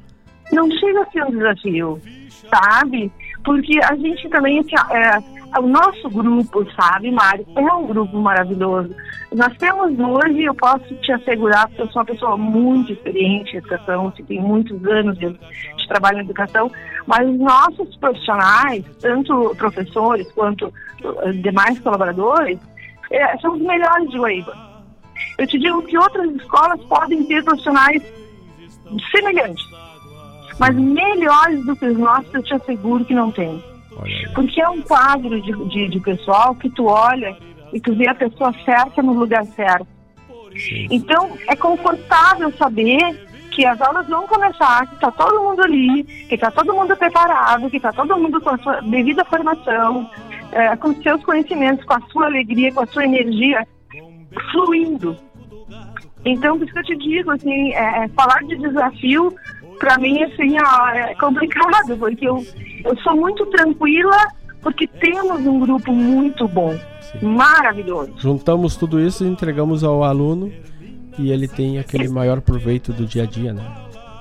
Não chega a ser um desafio, sabe? Porque a gente também, assim, é, o nosso grupo, sabe, Mário, é um grupo maravilhoso. Nós temos hoje, eu posso te assegurar, porque eu sou uma pessoa muito experiente em educação, que tem muitos anos de, de trabalho em educação, mas os nossos profissionais, tanto professores quanto uh, demais colaboradores, é, são os melhores de Guaíba. Eu te digo que outras escolas podem ter profissionais semelhantes, mas melhores do que os nossos, eu te asseguro que não tem. Porque é um quadro de, de, de pessoal que tu olha e tu vê a pessoa certa no lugar certo. Sim. Então, é confortável saber que as aulas vão começar, que está todo mundo ali, que está todo mundo preparado, que está todo mundo com a sua devida formação, é, com seus conhecimentos, com a sua alegria, com a sua energia fluindo. Então, por isso que eu te digo, assim, é, falar de desafio, para mim, assim, ó, é complicado, porque eu, eu sou muito tranquila, porque temos um grupo muito bom, sim, maravilhoso. Juntamos tudo isso e entregamos ao aluno e ele tem aquele maior proveito do dia a dia, né?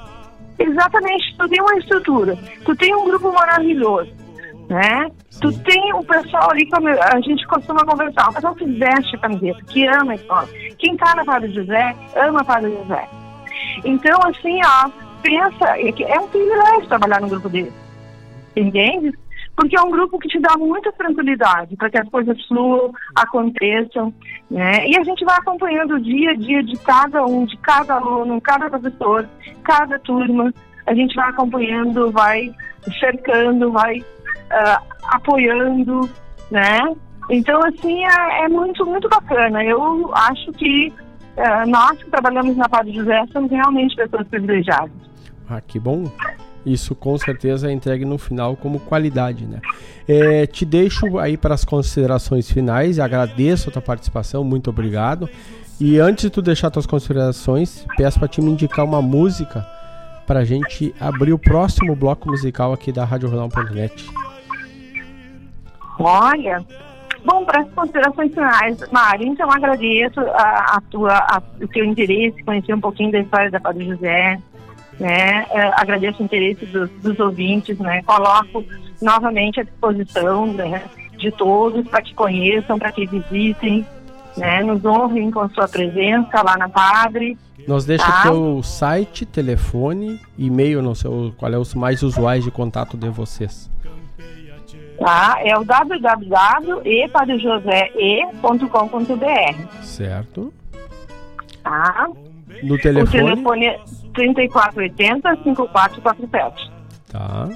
Exatamente, tu tem uma estrutura, tu tem um grupo maravilhoso, né? Sim. Tu tem o pessoal ali, como a gente costuma conversar, o pessoal que veste a camiseta, que ama a escola. Quem tá na Padre José, ama a Padre José. Então, assim, ó, pensa, é um privilégio trabalhar num grupo dele, entende? Porque é um grupo que te dá muita tranquilidade para que as coisas fluam, aconteçam, né? E a gente vai acompanhando o dia a dia de cada um, de cada aluno, cada professor, cada turma. A gente vai acompanhando, vai cercando, vai uh, apoiando, né? Então, assim, é, é muito, muito bacana. Eu acho que uh, nós que trabalhamos na Padre José somos realmente pessoas privilegiadas. Ah, que bom. Isso com certeza é entregue no final como qualidade, né? É, te deixo aí para as considerações finais, agradeço a tua participação, muito obrigado. E antes de tu deixar tuas considerações, peço para ti me indicar uma música para a gente abrir o próximo bloco musical aqui da Rádio Regional ponto net. Olha, bom, para as considerações finais, Mário, então agradeço a, a tua, a, o teu interesse, conhecer um pouquinho da história da Padre José, né? É, agradeço o interesse dos, dos ouvintes, né? Coloco novamente à disposição, né, de todos para que conheçam, para que visitem, né? Nos honrem com a sua presença lá na Padre. Nos deixa tá? Teu site, telefone, e-mail, não sei qual é os mais usuais de contato de vocês. Tá? É o w w w ponto e padre josé e ponto com ponto b r. Certo. Tá? No telefone? O telefone é trinta e quatro oitenta, cinquenta e quatro quarenta e sete. Tá.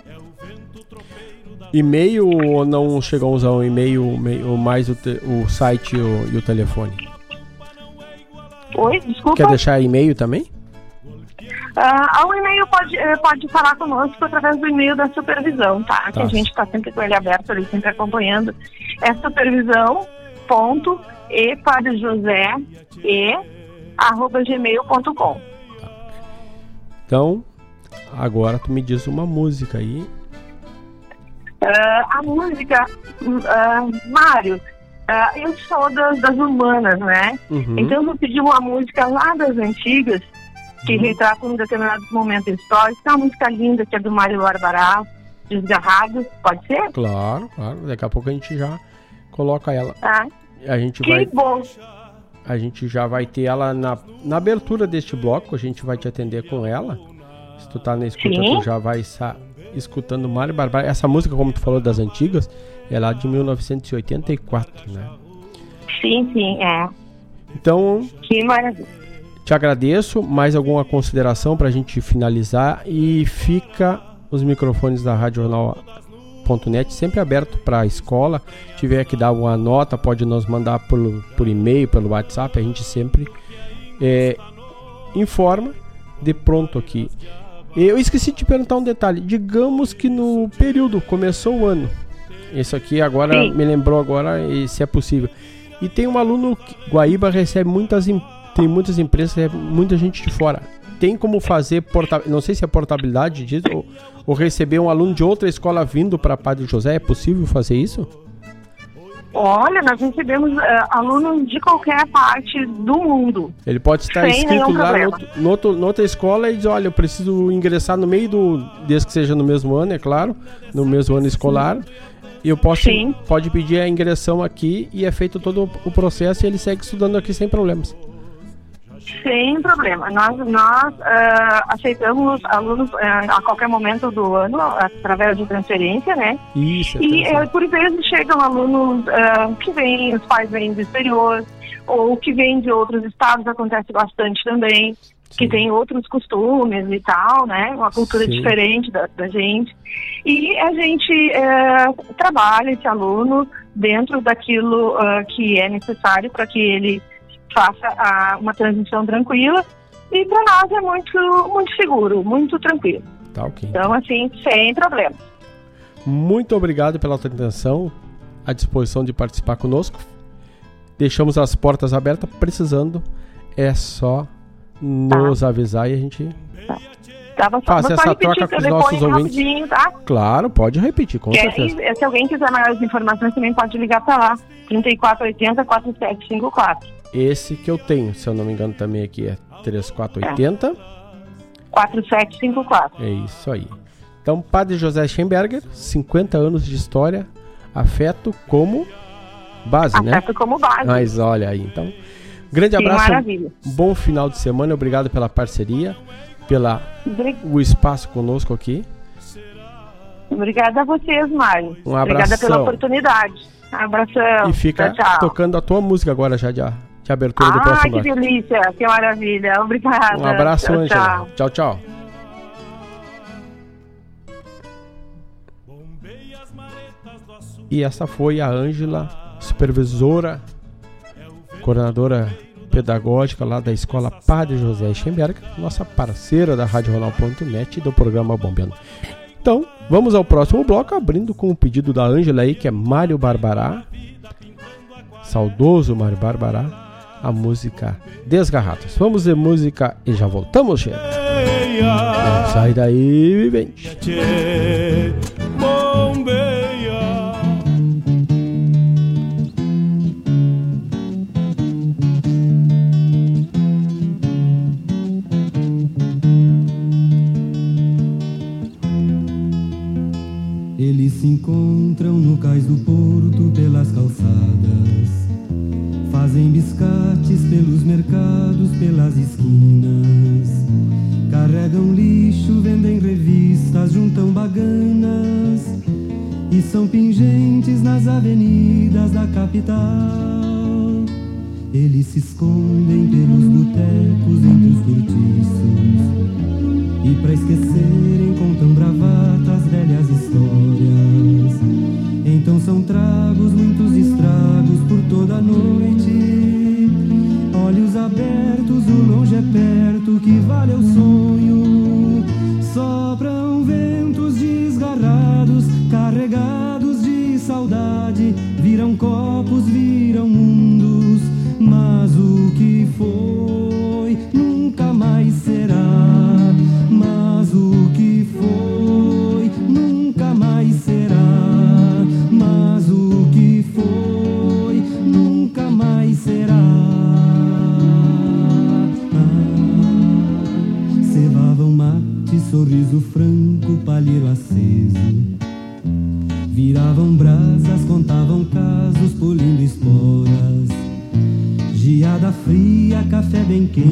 E-mail ou não chegam a usar o e-mail ou mais o, te, o site e o, e o telefone? Oi, desculpa. Quer deixar e-mail também? Uh, o e-mail pode, pode falar conosco através do e-mail da supervisão, tá? tá. Que a gente está sempre com ele aberto ali, sempre acompanhando. É supervisão ponto e padre josé e arroba gmail ponto com. Então, agora tu me diz uma música aí. Uh, a música, uh, Mário, uh, eu sou das, das humanas, né? Uhum. Então eu vou pedir uma música lá das antigas, que uhum. retrata um determinado momento histórico. É uma música linda, que é do Mário Barbará, Desgarrado, pode ser? Claro, claro. Daqui a pouco a gente já coloca ela. Ah, a gente que vai... bom! A gente já vai ter ela na, na abertura deste bloco, a gente vai te atender com ela. Se tu tá na escuta, Sim. tu já vai estar escutando Mário Barbará. Essa música, como tu falou, das antigas, é lá de mil novecentos e oitenta e quatro, né? Sim, sim, é. Então, que maravilha. Te agradeço. Mais alguma consideração pra gente finalizar? E fica os microfones da Rádio Jornal ponto net sempre aberto para a escola. Tiver que dar uma nota, pode nos mandar por, por e-mail, pelo WhatsApp. A gente sempre é, informa de pronto aqui. Eu esqueci de te perguntar um detalhe. Digamos que no período começou o ano, isso aqui agora Sim. me lembrou agora, se é possível. E tem um aluno que Guaíba recebe muitas, tem muitas empresas, recebe muita gente de fora. Tem como fazer, porta, não sei se é portabilidade disso, ou, ou receber um aluno de outra escola vindo para Padre José? É possível fazer isso? Olha, nós recebemos uh, alunos de qualquer parte do mundo. Ele pode estar inscrito lá no outro, no outro, na outra escola e dizer, olha, eu preciso ingressar no meio do, desde que seja no mesmo ano, é claro, no mesmo ano escolar. E eu posso, Sim. pode pedir a ingressão aqui e é feito todo o processo e ele segue estudando aqui sem problemas. Sem problema. Nós, nós uh, aceitamos alunos uh, a qualquer momento do ano, através de transferência, né? Isso. É e uh, por vezes chegam alunos uh, que vêm, os pais vêm do exterior, ou que vêm de outros estados, acontece bastante também, Sim. que tem outros costumes e tal, né? Uma cultura Sim. diferente da, da gente. E a gente uh, trabalha esse aluno dentro daquilo uh, que é necessário para que ele faça a, uma transição tranquila, e para nós é muito, muito seguro, muito tranquilo. Tá, ok. Então, assim, sem problema. Muito obrigado pela tua atenção, à disposição de participar conosco. Deixamos as portas abertas, precisando, é só nos tá. avisar e a gente tá. Tá, faça essa troca com os nossos ouvintes. Tá? Claro, pode repetir, com Quer, certeza. Se alguém quiser maiores informações, também pode ligar para lá, trinta e quatro oitenta, quarenta e sete cinquenta e quatro. Esse que eu tenho, se eu não me engano, também aqui é trinta e quatro oitenta. É. quarenta e sete cinquenta e quatro. É isso aí. Então, Padre José Schemberger, cinquenta anos de história, afeto como base, afeto né? Afeto como base. Mas olha aí, então. Grande que abraço, maravilha. Bom final de semana, obrigado pela parceria, pela o espaço conosco aqui. Obrigada a vocês, Mário. Um abraço. Obrigada pela oportunidade. Um abração. E fica tchau, tchau. tocando a tua música agora já de, de abertura ah, do próximo bloco. Ah, que delícia, que maravilha. Obrigada. Um abraço, tchau, Ângela. Tchau, tchau. E essa foi a Ângela, supervisora, coordenadora pedagógica lá da escola Padre José Schemberger, nossa parceira da Rádio Jornal ponto net e do programa Bombeando. Então, vamos ao próximo bloco, abrindo com o pedido da Ângela aí, que é Mário Barbará, saudoso Mário Barbará, a música Desgarrados. Vamos de música e já voltamos, gente. Não sai daí, vivente. Eles se encontram no cais do porto pelas calçadas, fazem biscates pelos mercados, pelas esquinas, carregam lixo, vendem revistas, juntam baganas e são pingentes nas avenidas da capital. Eles se escondem pelos botecos entre os cortiços e pra esquecerem contam bravatas, velhas histórias. Então são tragos, muitos estragos por toda a noite. Olhos abertos, o longe é perto, que vale o sonho. Sopram ventos desgarrados, carregados de saudade. Viram copos, viram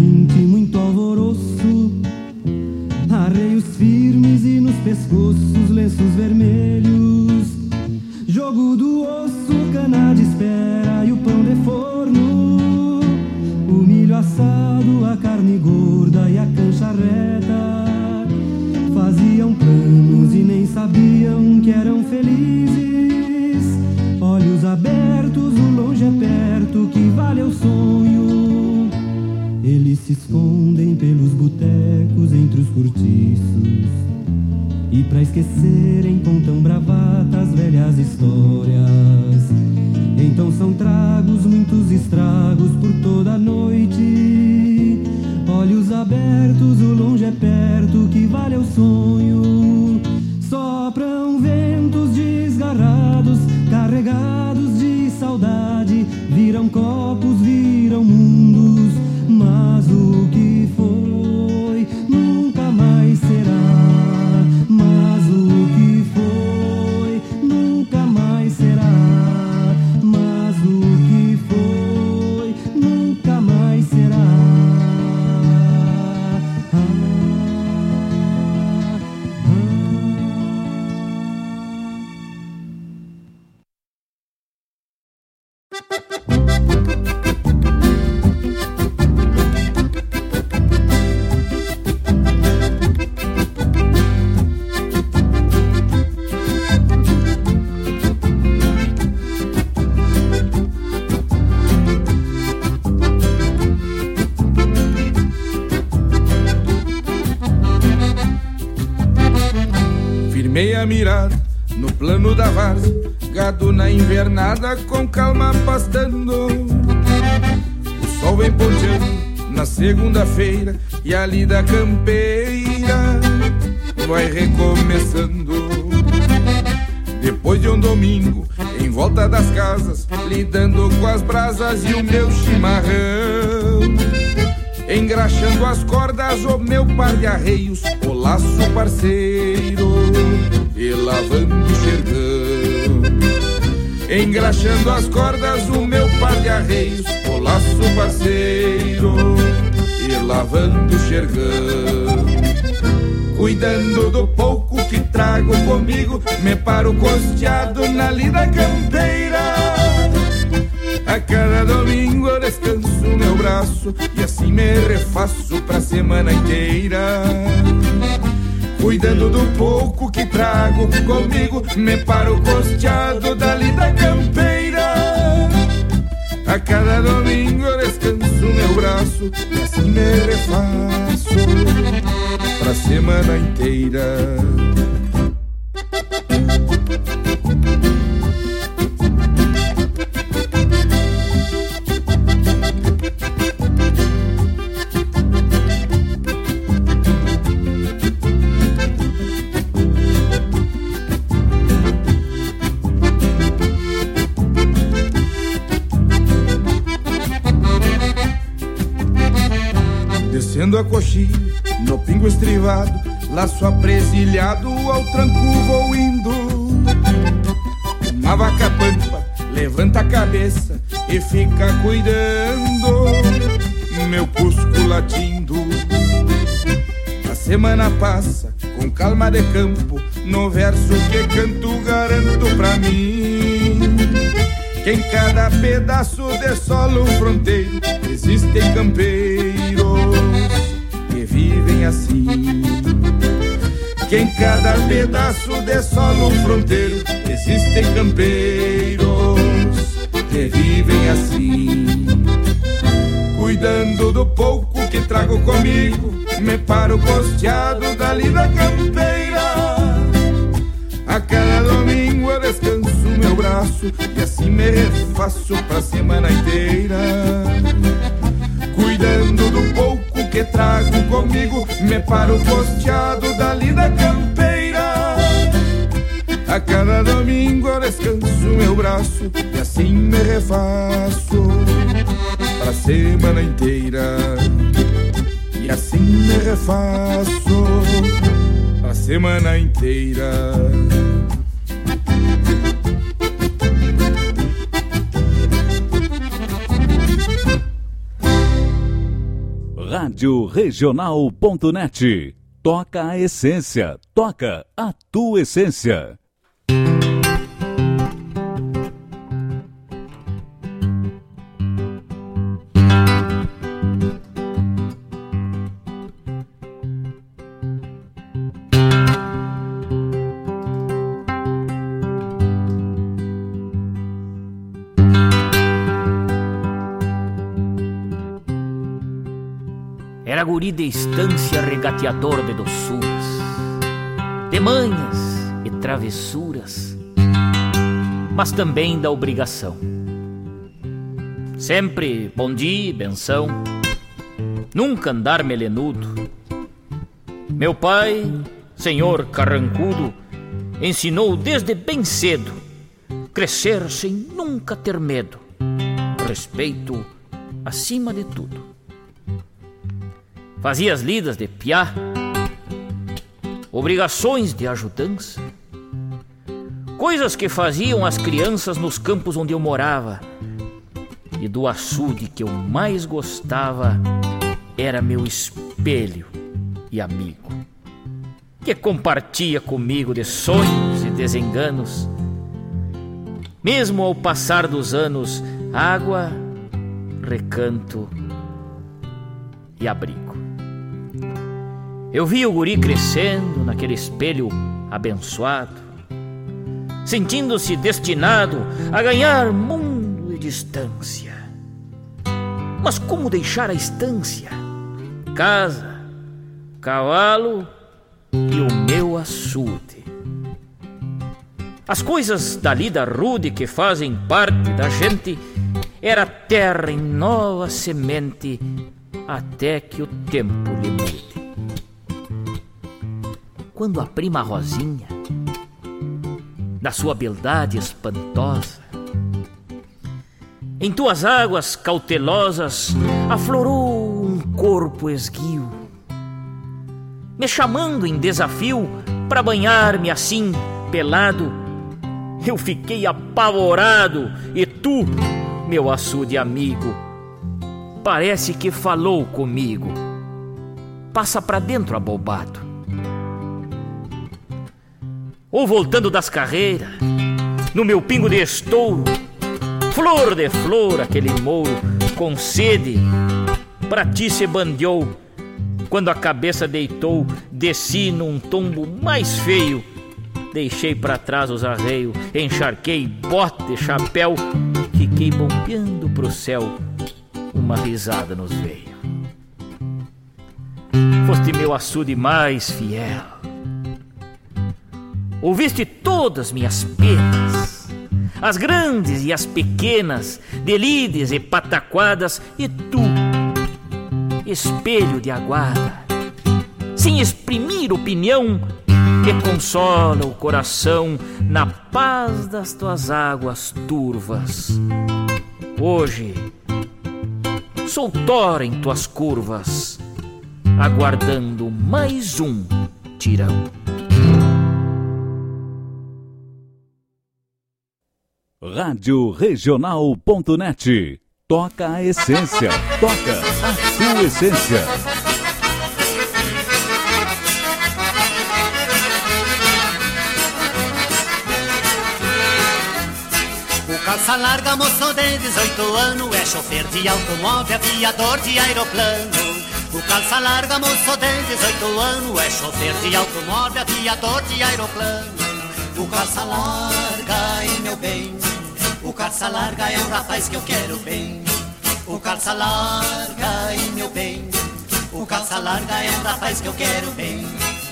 gente, muito alvoroço, arreios firmes e nos pescoços lenços vermelhos, jogo do osso, cana de espera e o pão de forno, o milho assado, a carne gorda e a cancha reta. Faziam planos e nem sabiam que eram felizes. Olhos abertos, o longe é perto, que vale o sonho. Eles se escondem pelos botecos entre os cortiços, e pra esquecerem contam bravatas, velhas histórias. Então são tragos, muitos estragos por toda a noite. Olhos abertos, o longe é perto, que vale o sonho. Sopram ventos desgarrados, carregados de saudade. Viram copos, viram mundos, mas o que foi nunca mais será. Mas o que foi nunca mais será. Mas o que foi nunca mais será. Firmei a mirada no plano da várzea, gado na invernada com calma pastando. O sol vem ponteando na segunda-feira e a lida campeira vai recomeçando. Depois de um domingo em volta das casas, lidando com as brasas e o meu chimarrão, engraxando as cordas, o meu par de arreios, o laço parceiro, e lavando o xergão. Engraxando as cordas, o meu par de arreios, o laço parceiro, e lavando o xergão. Cuidando do pouco que trago comigo, me paro costeado na lida campeira. A cada domingo eu descanso meu braço e assim me refaço pra semana inteira. Cuidando do pouco que trago comigo, me paro costeado da lida campeira. A cada domingo eu descanso meu braço e assim me refaço pra semana inteira. Descendo a coxilha, no pingo estrivado, laço apresilhado, ao tranco vou indo. Uma vaca pampa levanta a cabeça e fica cuidando, meu cusco latindo. A semana passa com calma de campo, no verso que canto garanto pra mim que em cada pedaço de solo fronteiro existem campeiros que vivem assim. Que em cada pedaço de solo fronteiro existem campeiros que vivem assim. Cuidando do pouco que trago comigo, me paro costeado da lida campeira. A cada domingo eu descanso meu braço e assim me refaço pra semana inteira. Cuidando do pouco que trago comigo, me paro costeado da lida campeira. A cada domingo eu descanso meu braço e assim me refaço pra semana inteira. E assim me refaço pra semana inteira. rádio regional ponto net. Toca a essência, toca a tua essência. Era guri de estância, regateador de doçuras, de manhas e travessuras, mas também da obrigação. Sempre bom dia, benção, nunca andar melenudo. Meu pai, senhor carrancudo, ensinou desde bem cedo crescer sem nunca ter medo, respeito acima de tudo. Fazia as lidas de piá, obrigações de ajudança, coisas que faziam as crianças nos campos onde eu morava. E do açude que eu mais gostava era meu espelho e amigo, que compartia comigo de sonhos e desenganos. Mesmo ao passar dos anos, água, recanto e abrigo. Eu vi o guri crescendo naquele espelho abençoado, sentindo-se destinado a ganhar mundo e distância. Mas como deixar a estância, casa, cavalo e o meu açude? As coisas da lida rude que fazem parte da gente era terra em nova semente, até que o tempo lhe mude. Quando a prima Rosinha, na sua beldade espantosa, em tuas águas cautelosas aflorou um corpo esguio, me chamando em desafio para banhar-me assim pelado, eu fiquei apavorado. E tu, meu açude amigo, parece que falou comigo. Passa pra dentro abobado. Ou voltando das carreiras, no meu pingo de estouro, flor de flor aquele mouro, com sede, pra ti se bandeou. Quando a cabeça deitou, desci num tombo mais feio, deixei pra trás os arreios, encharquei bote, chapéu, fiquei bombeando pro céu, uma risada nos veio. Foste meu açude mais fiel, ouviste todas minhas penas, as grandes e as pequenas, delides e pataquadas, e tu, espelho de aguada, sem exprimir opinião, me consola o coração na paz das tuas águas turvas. Hoje sou tora em tuas curvas, aguardando mais um tirão. rádio regional ponto net. Toca a essência, toca a tua essência. O calça larga, moço de dezoito anos, é chofer de automóvel, aviador de aeroplano. O calça larga, moço de dezoito anos, é chofer de automóvel, aviador de aeroplano. O calça larga, e meu bem, o calça larga é um rapaz que eu quero bem. O calça larga, e meu bem, o calça larga é um rapaz que eu quero bem.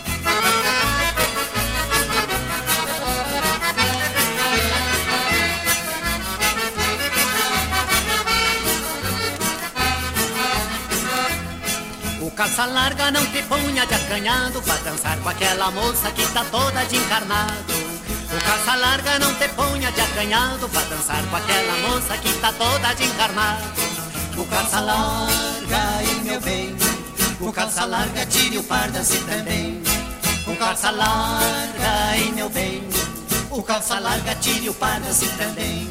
O calça larga não te punha de acanhado pra dançar com aquela moça que tá toda de encarnado. O calça larga não te punha de acanhado pra dançar com aquela moça que tá toda de encarnado. O calça larga, e meu bem, o calça larga tire o par dance também. O calça larga, e meu bem, o calça larga tire o par dance também.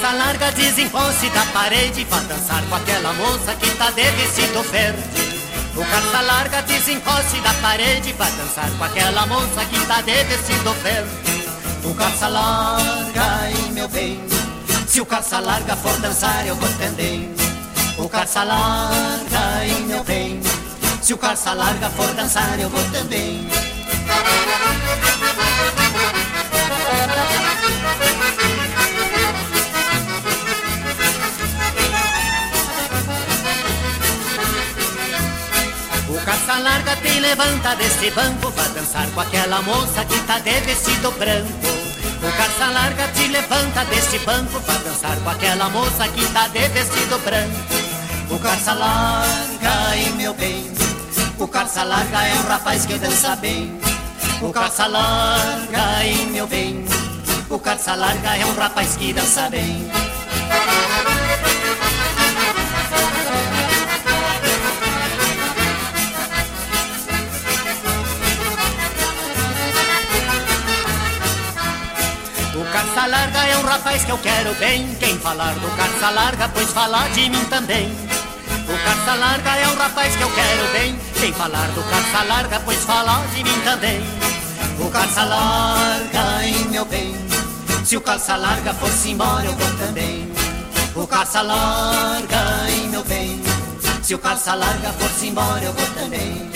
calça larga desencoste da parede, vai dançar com aquela moça que tá de vestido verde. O calça larga desencoste da parede, vai dançar com aquela moça que tá de vestido verde. O calça larga, ai meu bem, se o calça larga for dançar eu vou também. O calça larga, ai meu bem, se o calça larga for dançar eu vou também. O calça larga te levanta desse banco, vai dançar com aquela moça que tá de vestido branco. O calça larga te levanta desse banco, vai dançar com aquela moça que tá de vestido branco. O calça larga, ai meu bem, o calça larga é um rapaz que dança bem. O calça larga, ai meu bem, o calça larga é um rapaz que dança bem. O calça larga é um rapaz que eu quero bem. Quem falar do calça larga, pois falar de mim também. O calça larga é um rapaz que eu quero bem. Quem falar do calça larga, pois falar de mim também. O calça larga, ai meu bem, se o calça larga for-se embora eu vou também. O calça larga, ai meu bem, se o calça larga for-se embora eu vou também.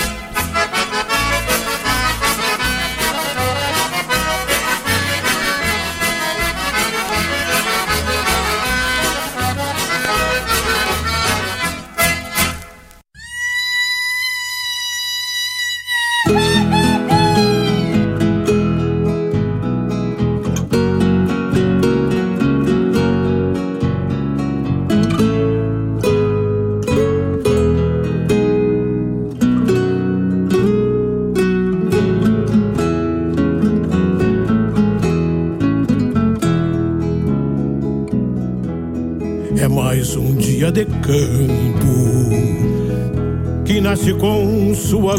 De campo que nasce com sua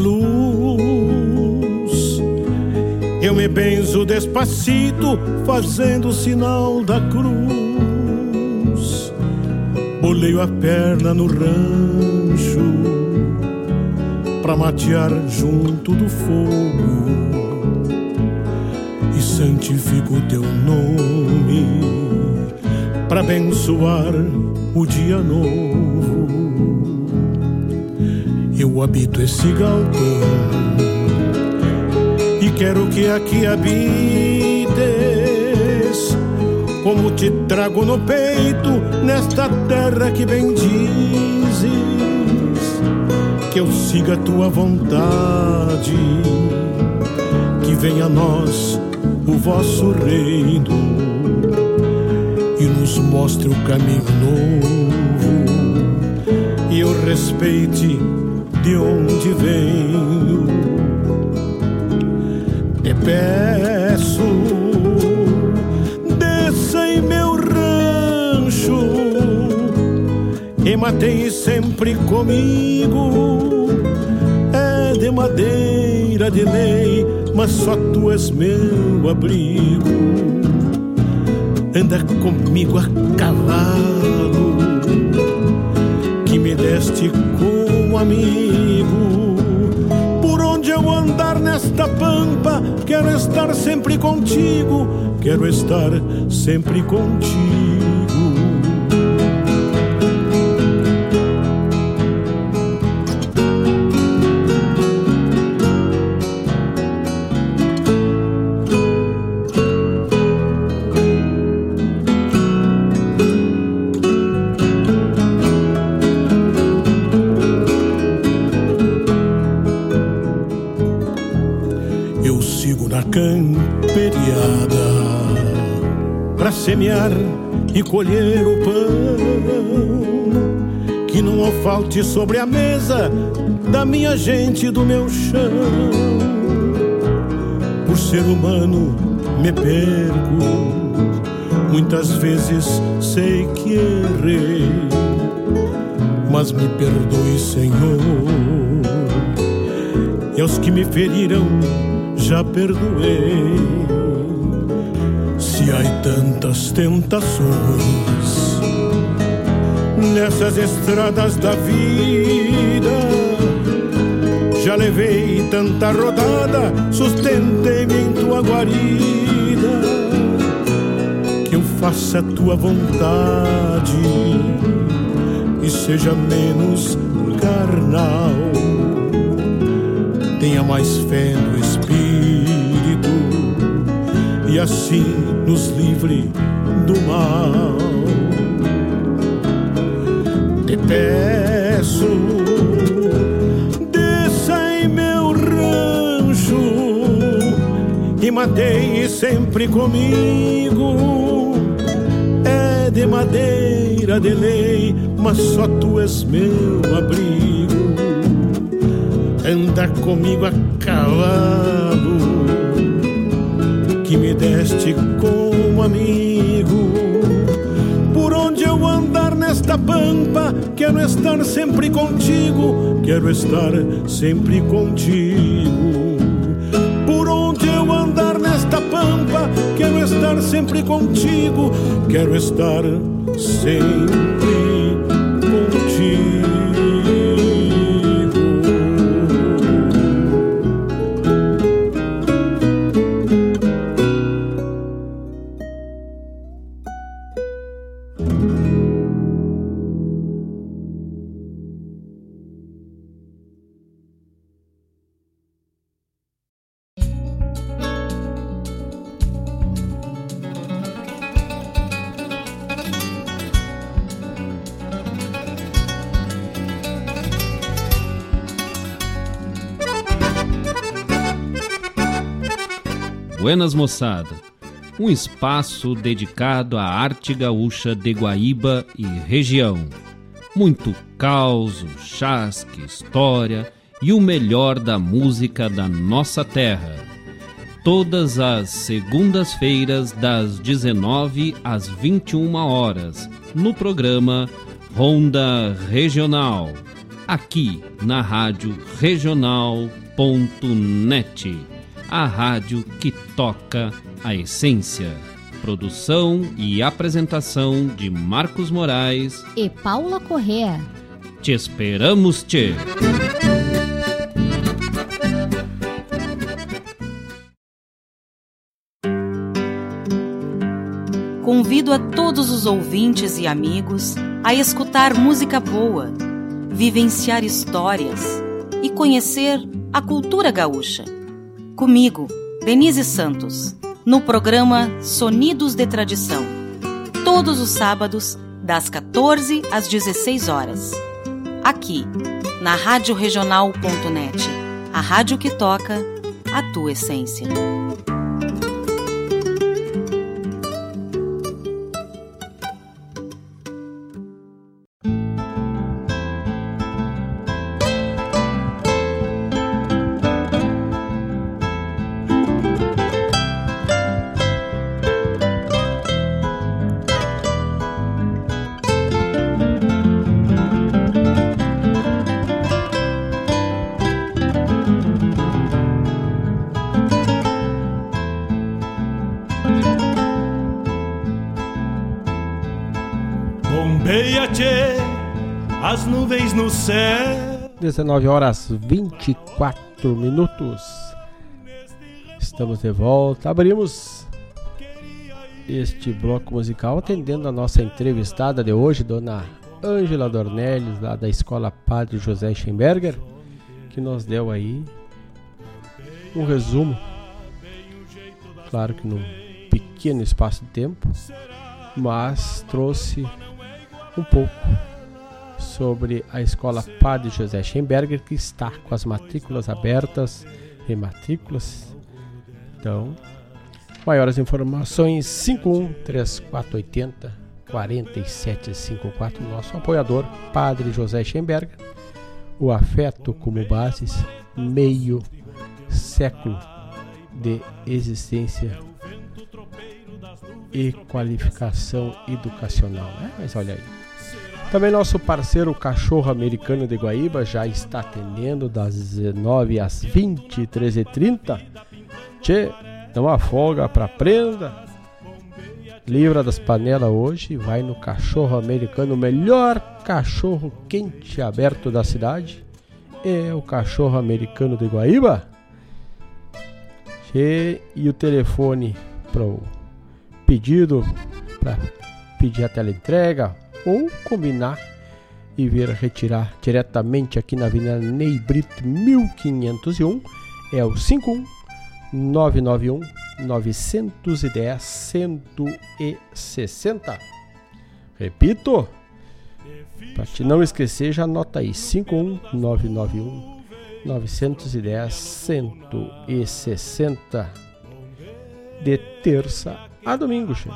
luz, eu me benzo despacito fazendo o sinal da cruz. Boleio a perna no rancho pra matear junto do fogo e santifico teu nome pra abençoar o dia novo. Eu habito esse galpão e quero que aqui habites, como te trago no peito nesta terra que bem dizes, que eu siga a tua vontade, que venha a nós o vosso reino e nos mostre o caminho novo, e eu respeite de onde venho. Te peço, desça em meu rancho e matei sempre comigo. É de madeira de lei, mas só tu és meu abrigo. Anda comigo a cavalo, que me deste como amigo. Por onde eu andar nesta pampa, quero estar sempre contigo, quero estar sempre contigo. Semear e colher o pão, que não falte sobre a mesa da minha gente e do meu chão. Por ser humano me perco, muitas vezes sei que errei, mas me perdoe, Senhor, e aos que me feriram já perdoei. Se há tantas tentações nessas estradas da vida. Já levei tanta rodada, sustentei-me em tua guarida, que eu faça a tua vontade e seja menos carnal. Tenha mais fé no Espírito e assim nos livre do mal. Te peço, desça em meu rancho e mateie sempre comigo. É de madeira de lei, mas só tu és meu abrigo. Anda comigo a cavalo, que me deste como amigo. Por onde eu andar nesta pampa, quero estar sempre contigo, quero estar sempre contigo. Por onde eu andar nesta pampa, quero estar sempre contigo, quero estar sempre contigo. Buenas moçada, um espaço dedicado à arte gaúcha de Guaíba e região. Muito causo, chasque, história e o melhor da música da nossa terra. Todas as segundas-feiras das dezenove às vinte e uma horas, no programa Ronda Regional, aqui na rádio regional ponto net. A rádio que toca a essência. Produção e apresentação de Marcos Moraes e Paula Correa. Te esperamos, tchê! Convido a todos os ouvintes e amigos a escutar música boa, vivenciar histórias e conhecer a cultura gaúcha. Comigo, Denise Santos, no programa Sonidos de Tradição, todos os sábados, das quatorze às dezesseis horas. Aqui, na rádio regional ponto net, a rádio que toca a tua essência. As nuvens no céu. dezenove horas vinte e quatro minutos. Estamos de volta. Abrimos este bloco musical atendendo a nossa entrevistada de hoje, dona Ângela Dornelles, lá da Escola Padre José Schemberger, que nos deu aí um resumo, claro que num pequeno espaço de tempo, mas trouxe um pouco sobre a Escola Padre José Schemberger, que está com as matrículas abertas, rematrículas. Então, maiores informações cinco um três quatro oito zero quatro sete cinco quatro, nosso apoiador Padre José Schemberger, o afeto como bases, meio século de existência e qualificação educacional, né? Mas olha aí. Também nosso parceiro Cachorro Americano de Guaíba já está atendendo das dezenove às vinte e três e trinta. Tchê, dá uma folga pra prenda. livra das panelas hoje e vai no cachorro americano, o melhor cachorro quente aberto da cidade. É o cachorro americano de Guaíba. E, e o telefone para o pedido, para pedir a teleentrega ou combinar e vir retirar diretamente aqui na Avenida Ney Brito mil quinhentos e um é o cinco um nove nove um nove um zero um zero um seis zero. Repito, para te não esquecer, já anota aí: cinco um nove nove um nove um zero um seis zero, de terça a domingo, chefe.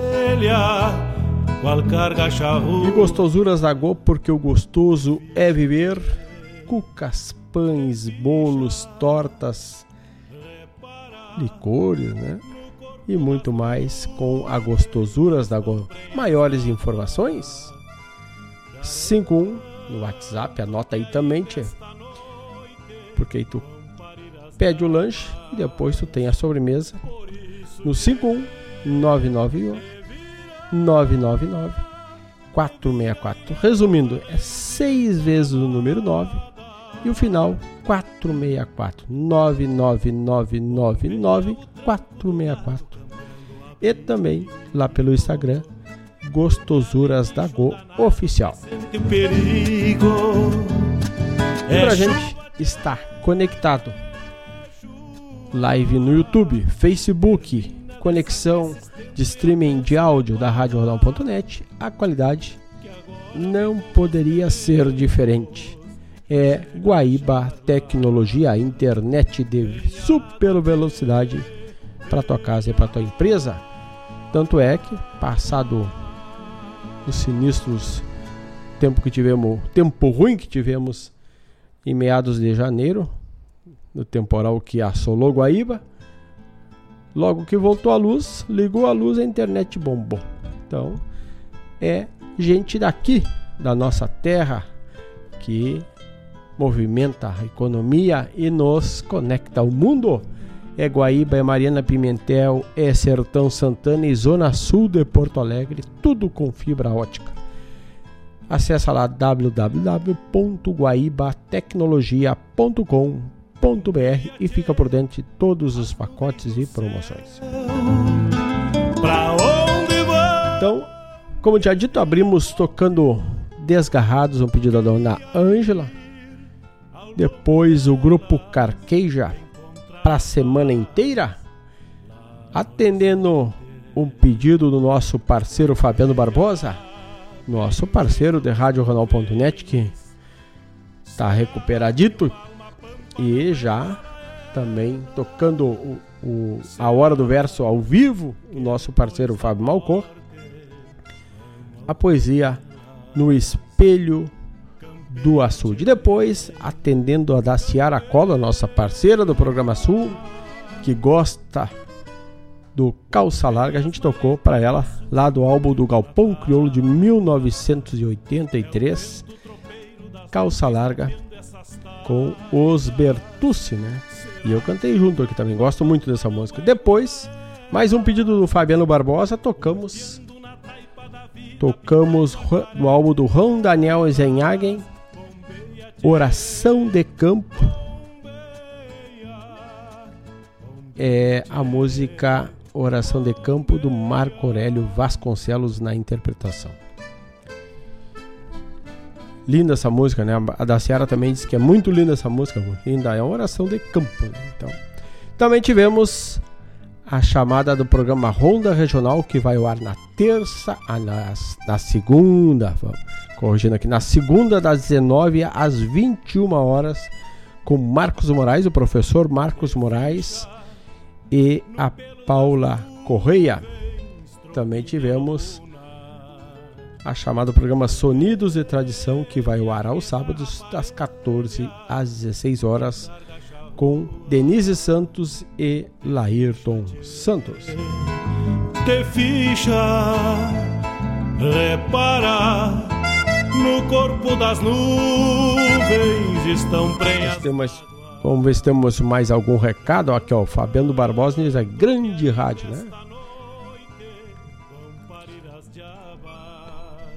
E gostosuras da Go, porque o gostoso é viver. Cucas, pães, bolos, tortas, licores, né? E muito mais com a Gostosuras da Go. Maiores informações? cinco um no WhatsApp, anota aí também, tchê. Porque aí tu pede o lanche e depois tu tem a sobremesa no cinco um nove nove um nove nove nove quatro seis quatro. Resumindo, é seis vezes o número nove e o final quatro seis quatro. nove nove nove nove nove quatro seis quatro. E também lá pelo Instagram, Gostosuras da Go Oficial. E pra gente estar conectado, live no YouTube, Facebook, conexão de streaming de áudio da rádio rodal ponto net, a qualidade não poderia ser diferente. É Guaíba Tecnologia, internet de super velocidade para tua casa e para tua empresa. Tanto é que, passado os sinistros tempo que tivemos, tempo ruim que tivemos em meados de janeiro, no temporal que assolou Guaíba, logo que voltou a luz, ligou a luz, a internet bombou. Então, é gente daqui, da nossa terra, que movimenta a economia e nos conecta ao mundo. É Guaíba, é Mariana Pimentel, é Sertão Santana e Zona Sul de Porto Alegre, tudo com fibra ótica. Acesse lá w w w ponto guaíba tecnologia ponto com ponto b r e fica por dentro de todos os pacotes e promoções. Então, como já dito, abrimos tocando Desgarrados, um pedido da dona Ângela. Depois o grupo Carqueja, para a semana inteira, atendendo um pedido do nosso parceiro Fabiano Barbosa, nosso parceiro de rádio rodal ponto net, que está recuperadito e já também tocando o, o, a Hora do Verso ao vivo, o nosso parceiro Fábio Malcor. A poesia No Espelho do Açude. Depois, atendendo a da Ciara Cola, nossa parceira do programa Sul, que gosta do Calça Larga, a gente tocou para ela lá do álbum do Galpão Crioulo de mil novecentos e oitenta e três, Calça Larga, com os Bertucci, né? E eu cantei junto aqui também, gosto muito dessa música. Depois, mais um pedido do Fabiano Barbosa, tocamos tocamos no álbum do Juan Daniel Zenhagen, Oração de Campo. É a música Oração de Campo do Marco Aurélio Vasconcelos na interpretação. Linda essa música, né? A da Ciara também disse que é muito linda essa música, linda, é uma oração de campo, né? Então, também tivemos a chamada do programa Ronda Regional, que vai ao ar na terça, ah, na, na segunda, corrigindo aqui, na segunda das dezenove às vinte e uma horas, com Marcos Moraes, o professor Marcos Moraes e a Paula Correia. Também tivemos a chamada do programa Sonidos de Tradição, que vai ao ar aos sábados, das quatorze às dezesseis horas, com Denise Santos e Laírton Santos. Te ficha, repara, no corpo das nuvens estão prenhas. Vamos ver se temos mais algum recado. Aqui, ó, o Fabiano Barbosa diz: é grande rádio, né?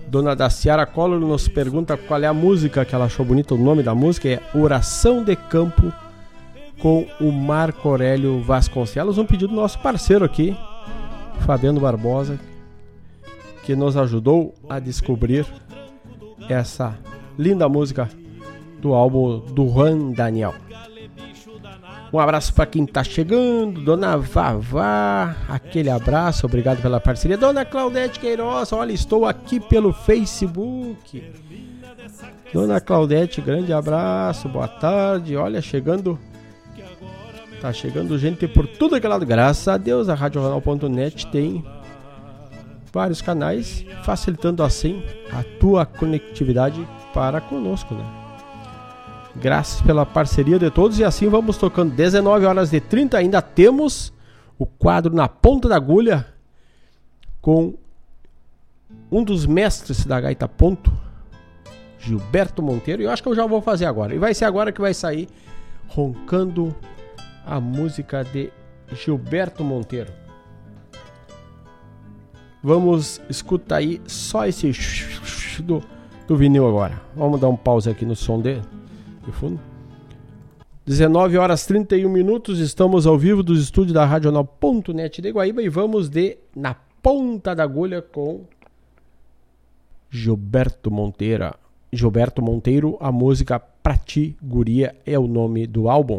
Dona Daciara Collor nos pergunta qual é a música que ela achou bonita. O nome da música é Oração de Campo, com o Marco Aurélio Vasconcelos. Um pedido do nosso parceiro aqui, Fabiano Barbosa, que nos ajudou a descobrir essa linda música do álbum do Juan Daniel. Um abraço para quem tá chegando, Dona Vavá, aquele abraço, obrigado pela parceria. Dona Claudete Queiroz, olha, estou aqui pelo Facebook. Dona Claudete, grande abraço, boa tarde. Olha, chegando, tá chegando gente por tudo aquele lado. Graças a Deus, a rádio jornal ponto net tem vários canais, facilitando assim a tua conectividade para conosco, né? Graças pela parceria de todos, e assim vamos tocando. Dezenove horas e trinta, ainda temos o quadro Na Ponta da Agulha com um dos mestres da gaita ponto, Gilberto Monteiro. E eu acho que eu já vou fazer agora, e vai ser agora que vai sair roncando a música de Gilberto Monteiro. Vamos escutar aí só esse do, do vinil agora. Vamos dar um pause aqui no som dele de fundo. dezenove horas e trinta e um minutos, estamos ao vivo dos estúdios da rádio jornal ponto net de Guaíba e vamos de Na Ponta da Agulha com Gilberto Monteiro. Gilberto Monteiro, a música Pra Ti, Guria, é o nome do álbum.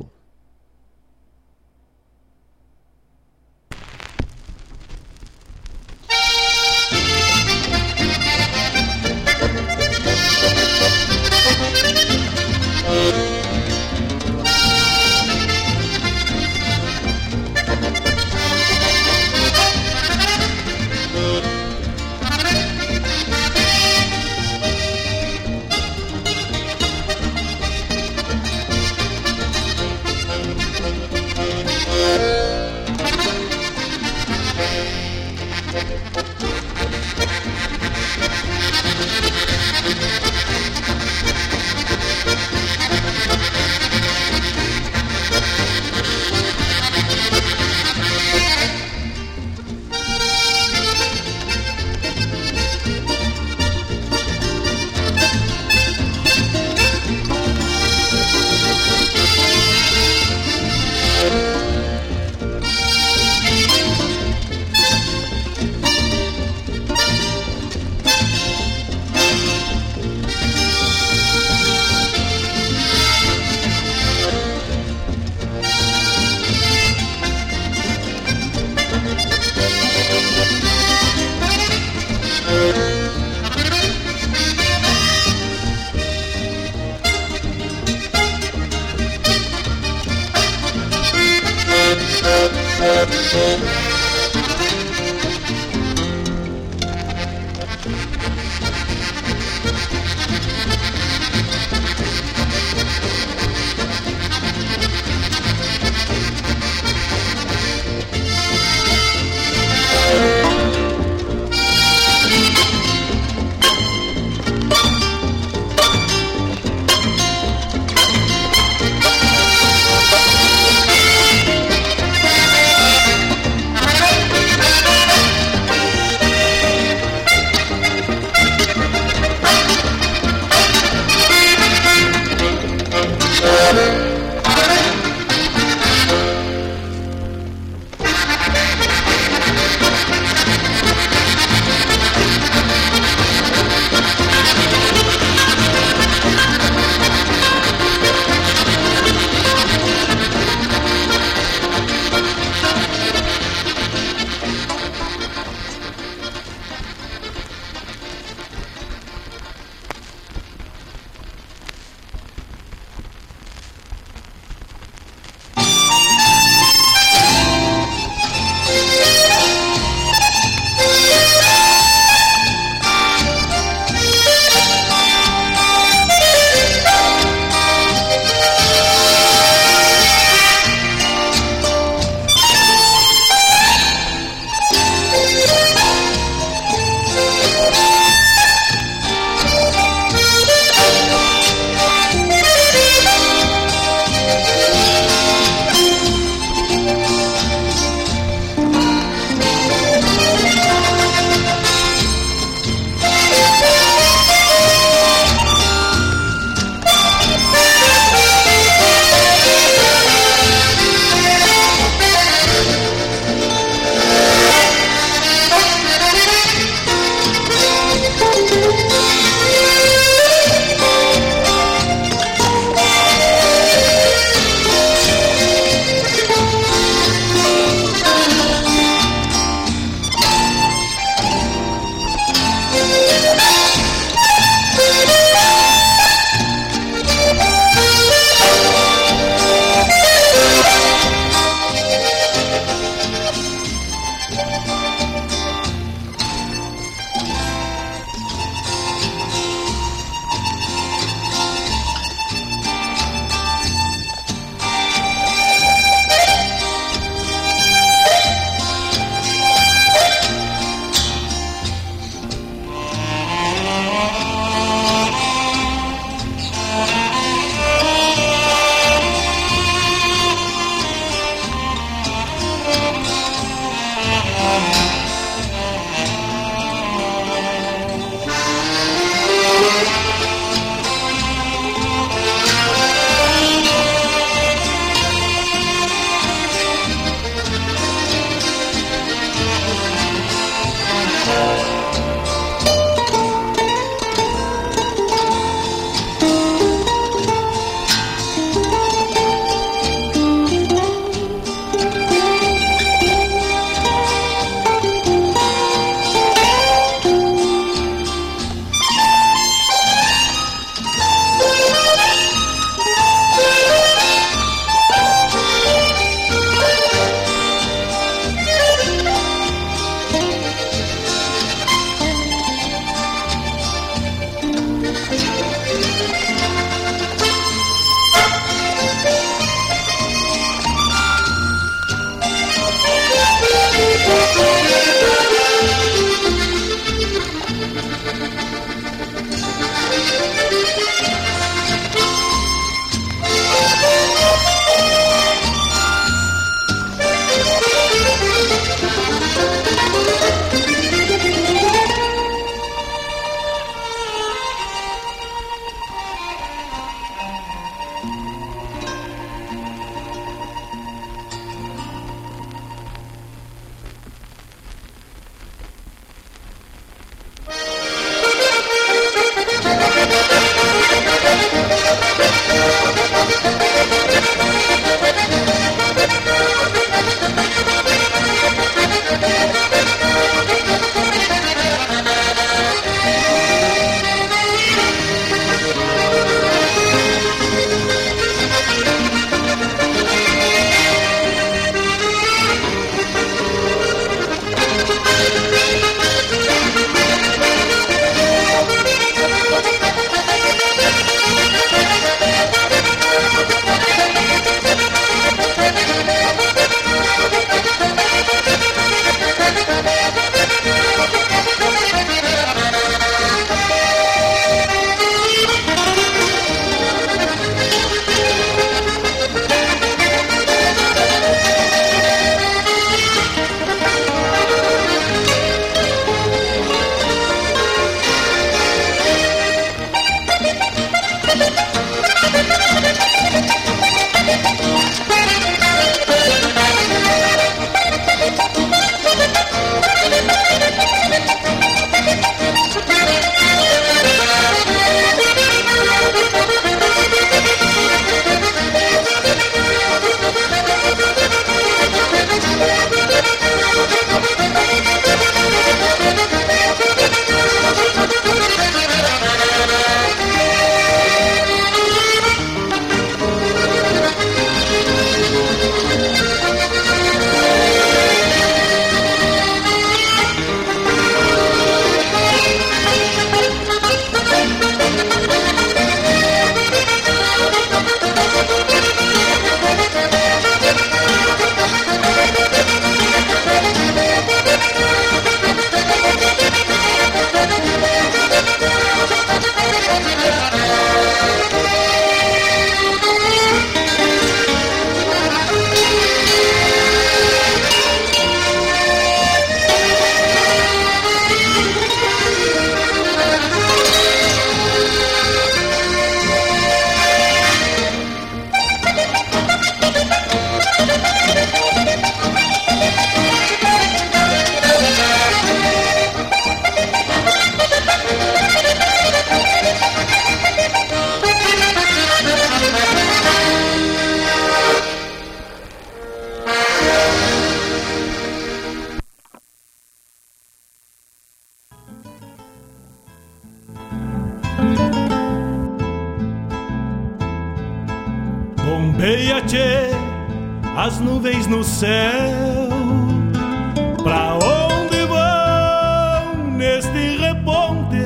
as nuvens no céu. Pra onde vão neste reponte?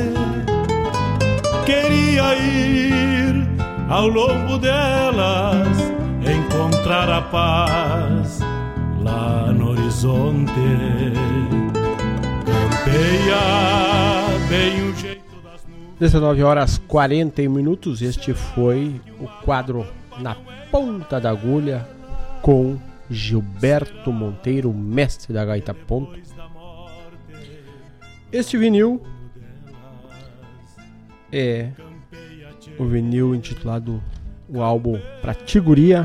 Queria ir ao longo delas, encontrar a paz lá no horizonte. Campeia bem o jeito das nuvens. dezenove horas e quarenta minutos, este foi o quadro Na Ponta da Agulha com Gilberto Monteiro, mestre da gaita ponto. Este vinil é o vinil intitulado o álbum Pratiguria,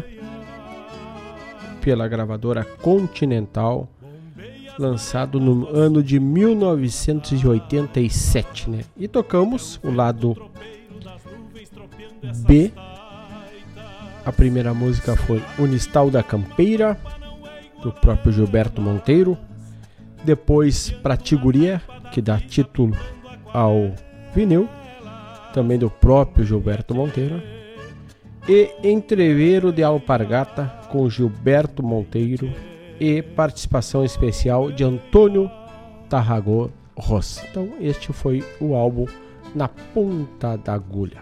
pela gravadora Continental, lançado no ano de mil novecentos e oitenta e sete, né? E tocamos o lado B. A primeira música foi Unistal da Campeira, do próprio Gilberto Monteiro. Depois Pratiguria, que dá título ao vinil, também do próprio Gilberto Monteiro. E Entreveiro de Alpargata, com Gilberto Monteiro, e participação especial de Antônio Tarragó Rossi. Então este foi o álbum Na Ponta da Agulha.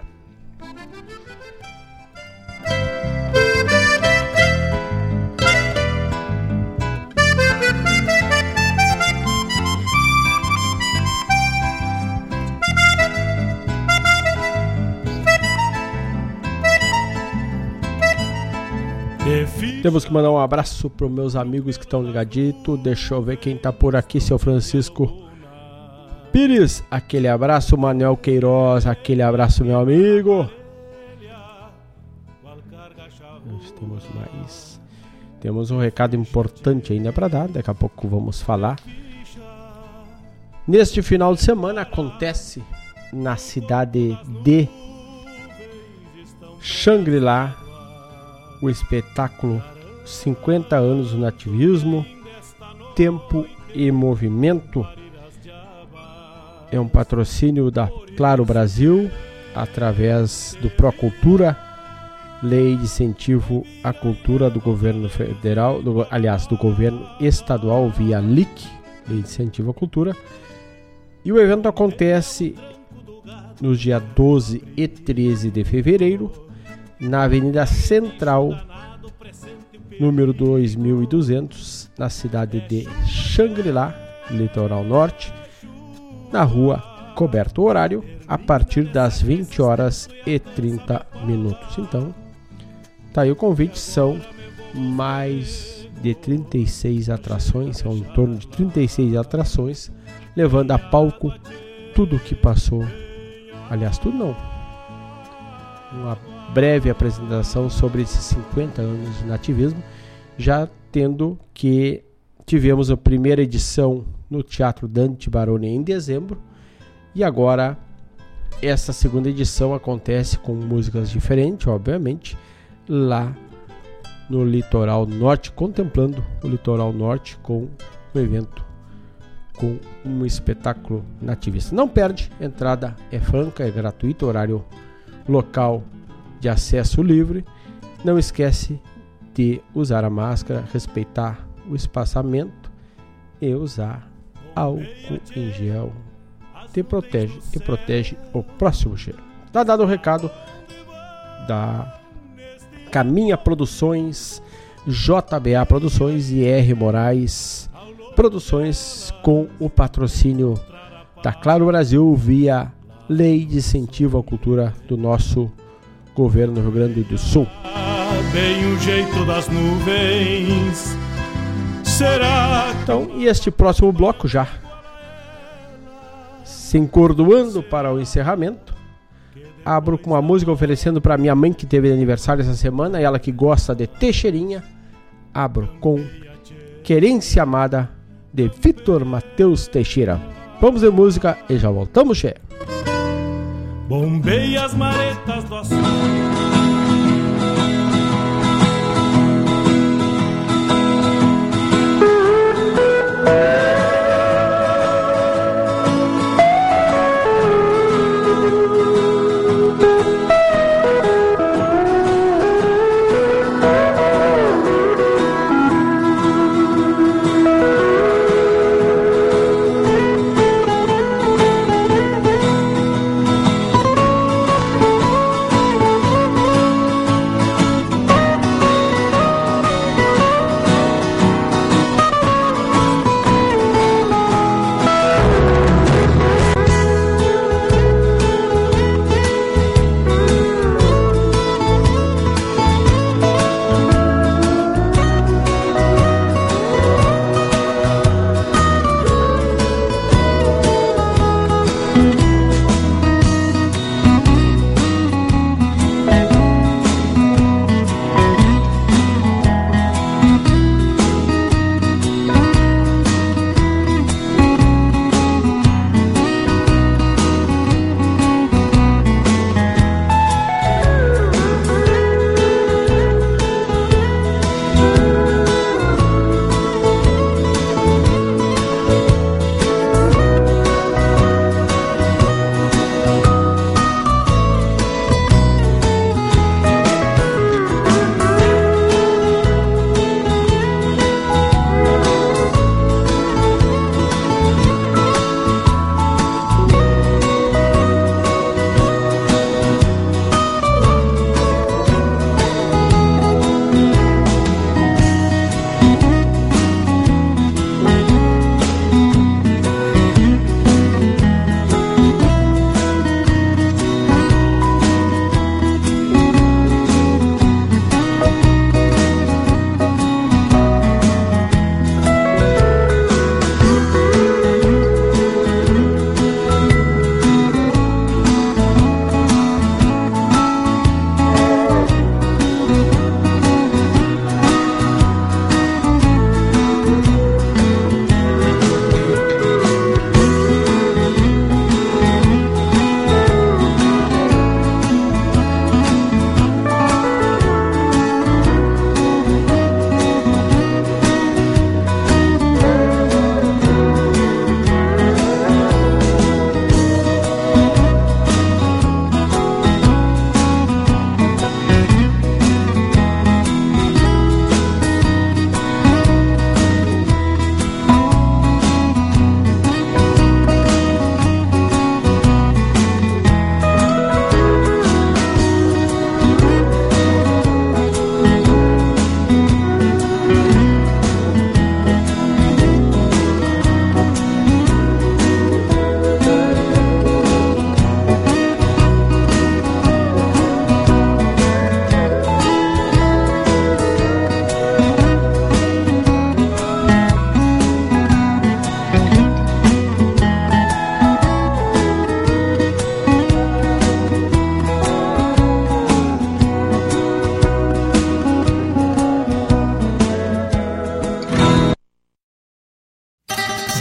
Temos que mandar um abraço para os meus amigos que estão ligaditos. Deixa eu ver quem tá por aqui. Seu Francisco Pires, aquele abraço. Manuel Queiroz, aquele abraço, meu amigo. Nós temos mais. Temos um recado importante ainda para dar. Daqui a pouco vamos falar. Neste final de semana acontece na cidade de Xangri-Lá o espetáculo cinquenta anos do nativismo, Tempo e Movimento. É um patrocínio da Claro Brasil, através do Procultura, Lei de Incentivo à Cultura do Governo Federal, do, aliás, do Governo Estadual via L I C, Lei de Incentivo à Cultura. E o evento acontece nos dias doze e treze de fevereiro, na Avenida Central, número dois mil e duzentos, na cidade de Xangri-Lá, Litoral Norte, na rua Coberto Horário, a partir das vinte horas e trinta minutos. Então, tá aí o convite, são mais de trinta e seis atrações, são em torno de trinta e seis atrações, levando a palco tudo o que passou, aliás, tudo não, uma breve apresentação sobre esses cinquenta anos de nativismo, já tendo que tivemos a primeira edição no Teatro Dante Baroni em dezembro, e agora essa segunda edição acontece com músicas diferentes, obviamente, lá no Litoral Norte, contemplando o Litoral Norte com um evento, com um espetáculo nativista. Não perde, entrada é franca, é gratuita, horário local de acesso livre. Não esquece de usar a máscara, respeitar o espaçamento e usar álcool em gel. Te protege e protege o próximo cheiro. Tá dado o recado da Caminha Produções, J B A Produções e R Moraes Produções, com o patrocínio da Claro Brasil via Lei de Incentivo à Cultura do nosso Governo do Rio Grande do Sul. Bem o jeito das nuvens será. Então, e este próximo bloco já se encordoando para o encerramento, abro com uma música oferecendo para minha mãe que teve aniversário essa semana, ela que gosta de Teixeirinha. Abro com Querência Amada de Vitor Matheus Teixeira. Vamos de música e já voltamos, che. Bombei as maretas do açude.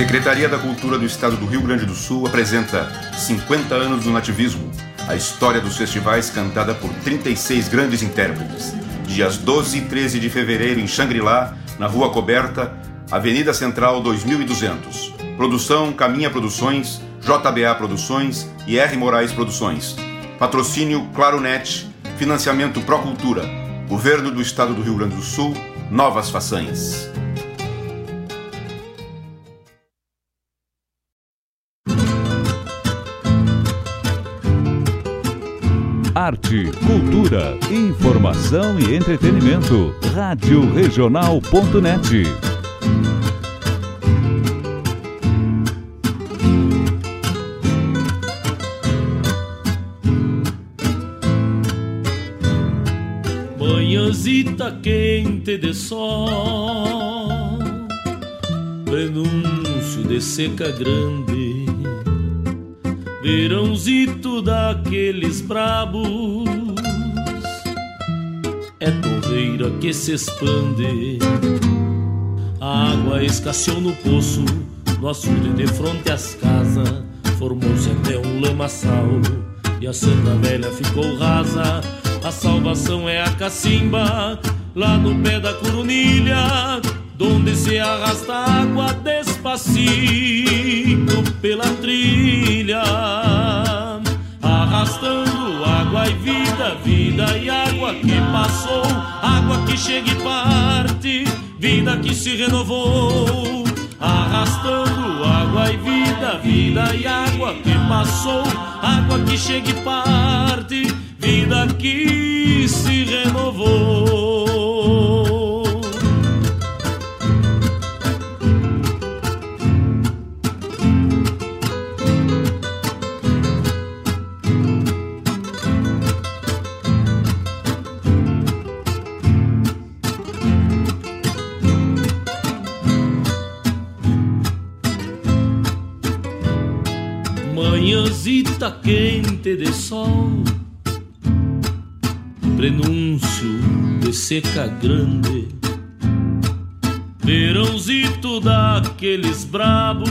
Secretaria da Cultura do Estado do Rio Grande do Sul apresenta cinquenta anos do nativismo, a história dos festivais cantada por trinta e seis grandes intérpretes. Dias doze e treze de fevereiro em Xangri-Lá, na Rua Coberta, Avenida Central dois mil e duzentos. Produção Caminha Produções, J B A Produções e R. Moraes Produções. Patrocínio Claronet, financiamento Procultura, Governo do Estado do Rio Grande do Sul, novas façanhas. Arte, cultura, informação e entretenimento. rádio regional ponto net. Manhãzita quente de sol, prenúncio de seca grande, verãozito daqueles brabos, é torreira que se expande. A água escasseou no poço, no açude de fronte às casas, formou-se até um lamaçal, e a santa velha ficou rasa. A salvação é a cacimba, lá no pé da coronilha, donde se arrasta a água despacito pela trilha, arrastando água e vida, vida e água que passou, água que chega e parte, vida que se renovou, arrastando água e vida, vida e água que passou, água que chega e parte, vida que se renovou. Manhãzita quente de sol, prenúncio de seca grande, verãozito daqueles brabos,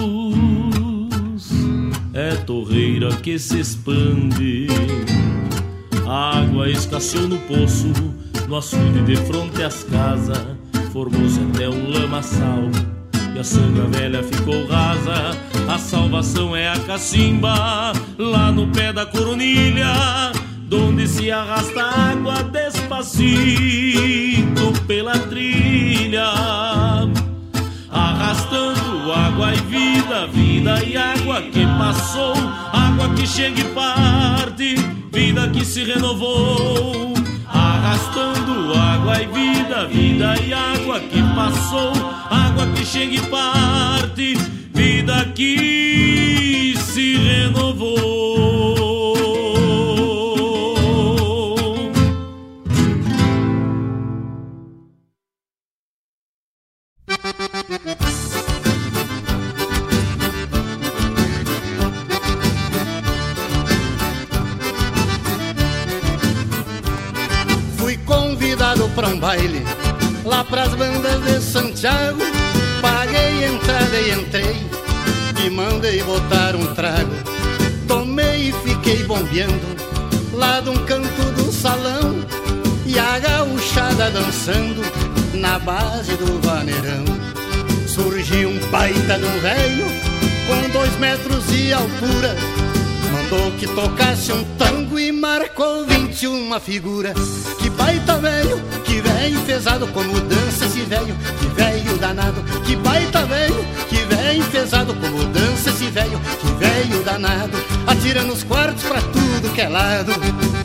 é torreira que se expande. A água escasseou no poço, no açude de fronte às casas, formou-se até um lamaçal, e a sanga velha ficou rasa. A salvação é a cacimba, lá no pé da coronilha, donde se arrasta a água despacito pela trilha, arrastando água e vida, vida e água que passou, água que chega e parte, vida que se renovou, arrastando água e vida, vida e água que passou, água que chega e parte, vida que se renovou. Fui convidado pra um baile lá pras bandas de Santiago, paguei entrada e entrei e mandei botar um trago. Tomei e fiquei bombeando lá de um canto do salão, e a gauchada dançando na base do vaneirão. Surgiu um baita de um velho com dois metros de altura, mandou que tocasse um tango e marcou vinte e uma figura. Que baita velho, que velho enfesado, como dança esse velho, que velho danado. Que baita velho, que velho enfesado, como dança esse velho, que velho danado. Atira nos quartos pra tudo que é lado.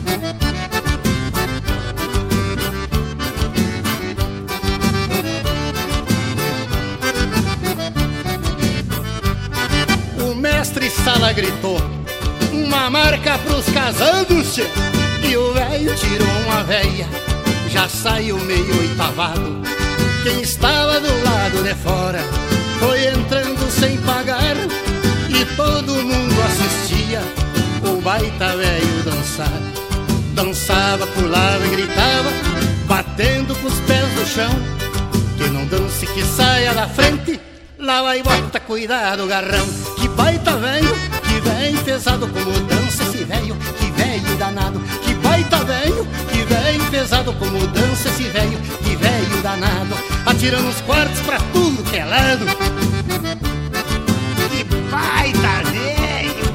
O mestre Sala gritou uma marca pros casados, tchê. E o velho tirou uma véia, já saiu meio oitavado. Quem estava do lado de fora foi entrando sem pagar, e todo mundo assistia o baita velho dançar. Dançava, pulava e gritava, batendo com os pés no chão. Quem não dance que saia da frente, Lá vai bota, cuidado, garrão, que baita velho, que vem pesado como dança esse velho, que velho danado, que baita velho, que vem pesado como dança esse velho, que velho danado, atirando os quartos pra tudo que é lado. Que baita velho!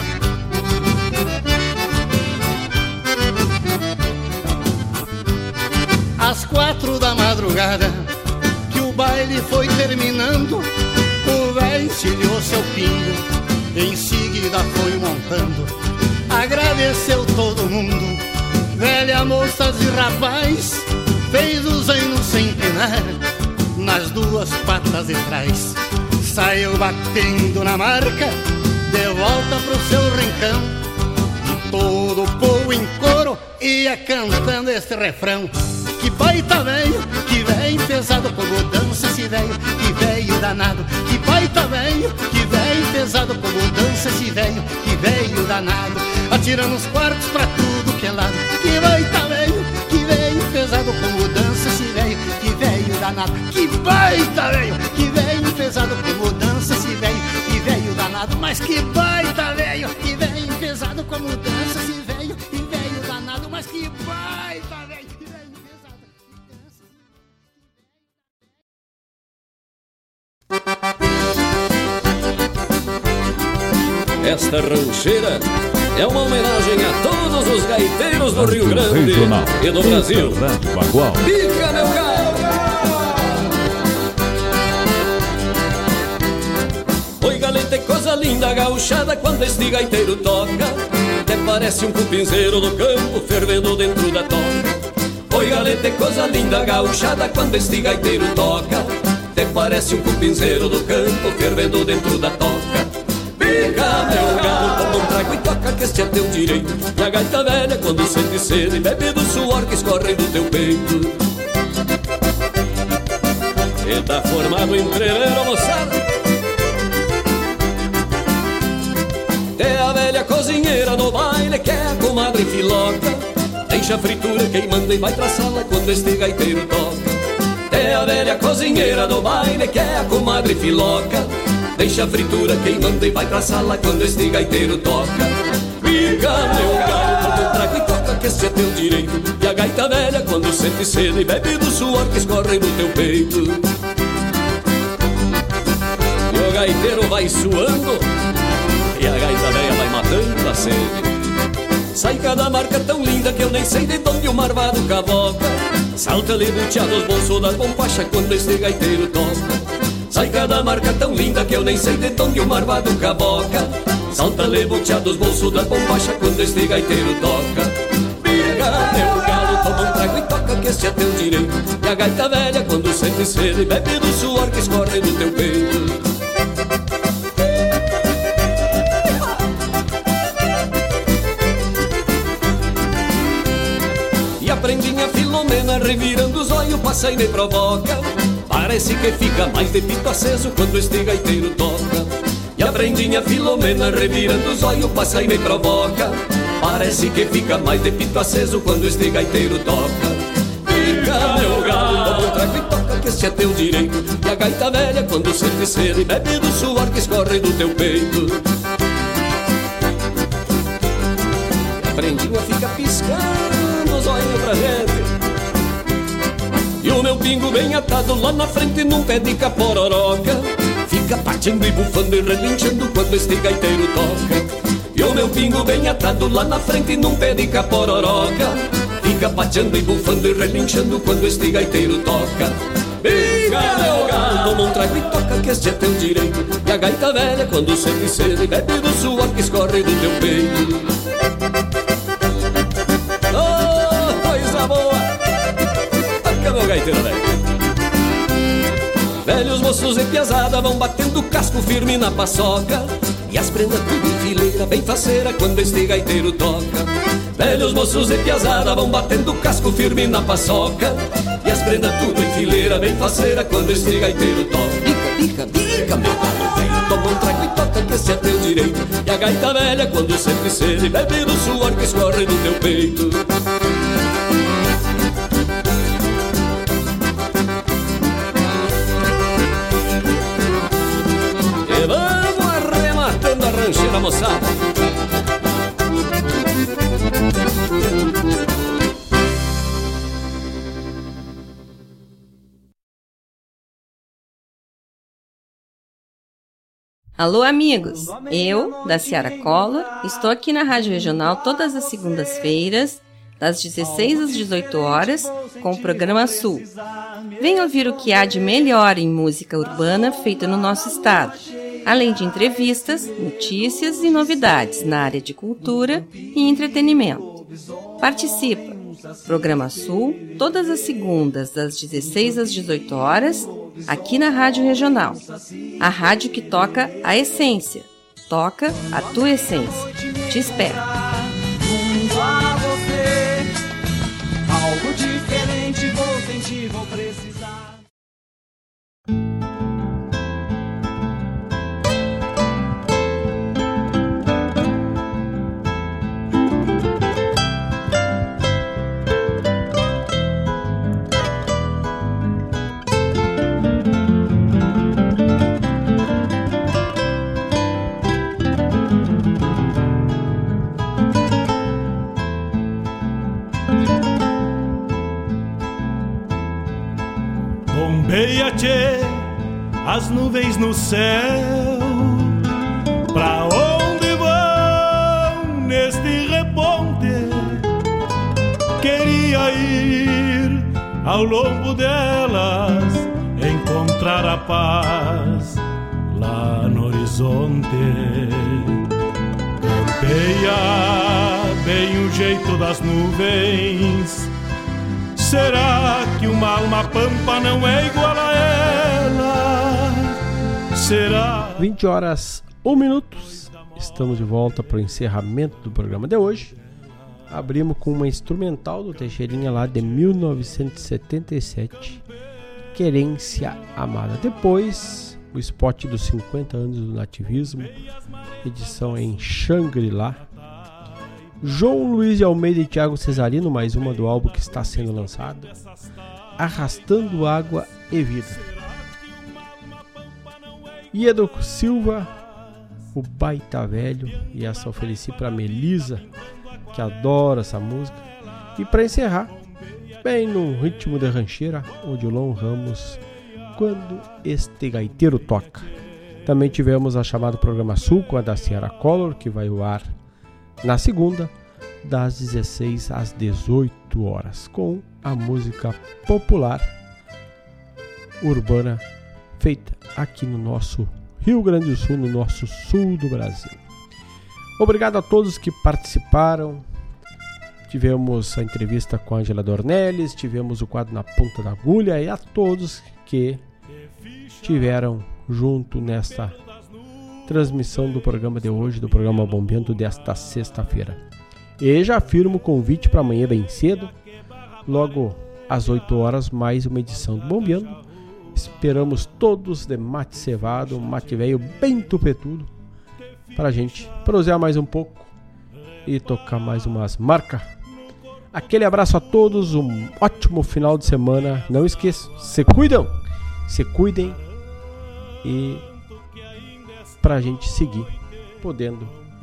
Às quatro da madrugada, que o baile foi terminando, o velho encilhou seu pingo, em seguida foi montando, agradeceu todo mundo, velha, moças e rapaz, fez o zaino sem penar, nas duas patas de trás, saiu batendo na marca, de volta pro seu rincão, e todo o povo em coro ia cantando este refrão. Que baita velho, que vem pesado como dança esse velho, que velho danado. Que baita velho, que vem pesado como dança esse velho, que velho danado. Atirando os quartos pra tudo que é lado. Que baita velho, que vem pesado como dança esse velho, que velho danado. Que baita velho, que vem pesado como dança esse velho, que velho danado. Mas que baita velho, que vem pesado como dança esse velho, que velho danado. Mas que baita velho. Esta rancheira é uma homenagem a todos os gaiteiros do Rio Grande Regional e do Brasil. Rádio Bagual. Pica, meu galo! Oi, galeta, é coisa linda, gauchada, quando este gaiteiro toca, até parece um cupinzeiro do campo fervendo dentro da toca. Oi, galeta, é coisa linda, gauchada, quando este gaiteiro toca, até parece um cupinzeiro do campo fervendo dentro da toca. Pica, meu galo, toma um trago e toca, que este é teu direito. E a gaita velha, quando sente sede, bebe do suor que escorre do teu peito. E tá formado em treveiro, moçada. É a velha cozinheira no baile, que é a comadre filoca. Deixa a fritura queimando e vai pra sala quando este gaiteiro toca. É a velha cozinheira do baile, que é a comadre filoca. Deixa a fritura queimando e vai pra sala quando este gaiteiro toca. Pica, meu galo, toma um trago e toca, que este é teu direito. E a gaita velha, quando sente sede, bebe do suor que escorre do teu peito. E o gaiteiro vai suando, e a gaita velha vai matando a sede. Sai cada marca tão linda que eu nem sei de onde o marvado cavoca. Salta-lhe buteado os bolsos das bombachas quando este gaiteiro toca. Sai cada marca tão linda que eu nem sei de onde o marvado cavoca. Salta-lhe buteado os bolsos das bombachas quando este gaiteiro toca. Pica, meu galo, toma um trago e toca, que este é teu direito. E a gaita velha, quando sente sede, bebe do suor que escorre do teu peito. E a prendinha Filomena, revirando os olhos, passa e me provoca. Parece que fica mais de pito aceso quando este gaiteiro toca. E a prendinha Filomena, revirando os olhos, passa e me provoca. Parece que fica mais de pito aceso quando este gaiteiro toca. Pica, meu galo, toma um trago e toca, que este é teu direito. E a gaita velha, quando sente sede, bebe do suor que escorre do teu peito. E a prendinha fica piscando os olhos pra gente. E o meu pingo bem atado lá na frente num pé de capororoca, fica pateando e bufando e relinchando quando este gaiteiro toca. E o meu pingo bem atado lá na frente num pé de capororoca, fica pateando e bufando e relinchando quando este gaiteiro toca. Pica, meu galo, toma um trago e toca, que este é teu direito. E a gaita velha, quando sente sede, bebe do suor que escorre do teu peito. Oh, coisa boa! Meu gaiteiro velho. Velhos moços e piazada vão batendo casco firme na paçoca, e as prendas tudo em fileira, bem faceira quando este gaiteiro toca. Velhos moços e piazada vão batendo casco firme na paçoca, e as prendas tudo em fileira, bem faceira quando este gaiteiro toca. Pica, pica, pica, meu galo velho, toma um trago e toca, que esse é teu direito. E a gaita velha, quando sente sede, bebe do suor que escorre do teu peito. toca, moçada. Alô, amigos! Eu, da Ciara Collor, estou aqui na Rádio Regional todas as segundas-feiras, das dezesseis às dezoito horas, com o programa Sul. Venha ouvir o que há de melhor em música urbana feita no nosso estado, além de entrevistas, notícias e novidades na área de cultura e entretenimento. Participa! Programa Sul, todas as segundas, das dezesseis às dezoito horas, aqui na Rádio Regional. A rádio que toca a essência. Toca a tua essência. Te espero. Junto a você, algo diferente vou sentir, vou precisar. Bombeia, tchê, as nuvens no céu, pra onde vão neste reponte? Queria ir ao longo delas, encontrar a paz lá no horizonte. Campeia bem o jeito das nuvens. Será que uma alma pampa não é igual a ela? Será? vinte horas, um minutos. Estamos de volta para o encerramento do programa de hoje. Abrimos com uma instrumental do Teixeirinha lá de mil novecentos e setenta e sete, Querência Amada. Depois, o spot dos cinquenta anos do nativismo, edição em Xangri-Lá. João Luiz de Almeida e Thiago Cesarino, mais uma do álbum que está sendo lançado, Arrastando Água e Vida. Iedo Silva, O Baita Velho, e essa eu ofereci para Melisa, que adora essa música. E para encerrar, bem no ritmo de rancheira, o Odilon Ramos, Quando Este Gaiteiro Toca. Também tivemos a chamada Programa Sul com a da Ciara Collor, que vai ao ar na segunda, das dezesseis às dezoito horas, com a música popular urbana feita aqui no nosso Rio Grande do Sul, no nosso sul do Brasil. Obrigado a todos que participaram. Tivemos a entrevista com a Angela Dornelles, tivemos o quadro Na Ponta da Agulha, e a todos que tiveram junto nesta transmissão do programa de hoje, do programa Bombeando desta sexta-feira. E já firmo o convite para amanhã bem cedo, logo às oito horas, mais uma edição do Bombeando. Esperamos todos de mate cevado, mate velho bem tupetudo, para a gente prosear mais um pouco e tocar mais umas marcas. Aquele abraço a todos, um ótimo final de semana. Não esqueçam, se cuidam, se cuidem, e pra gente seguir podendo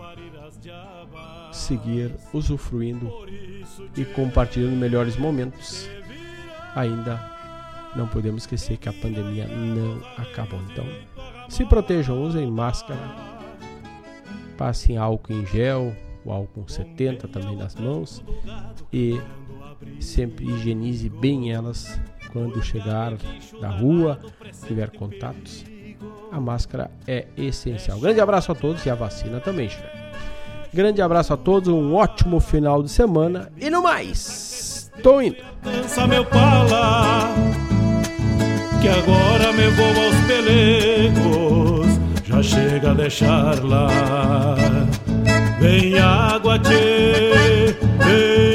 seguir usufruindo e compartilhando melhores momentos. Ainda não podemos esquecer que a pandemia não acabou. Então, se protejam, usem máscara, passem álcool em gel, o álcool setenta também nas mãos, e sempre higienize bem elas quando chegar da rua, tiver contatos. A máscara é essencial. Grande abraço a todos, e a vacina também, chefe. Grande abraço a todos, um ótimo final de semana, e no mais, tô indo. Dança meu pala, que agora me vou aos pelecos, já chega a deixar lá. Vem água, tchê, vem.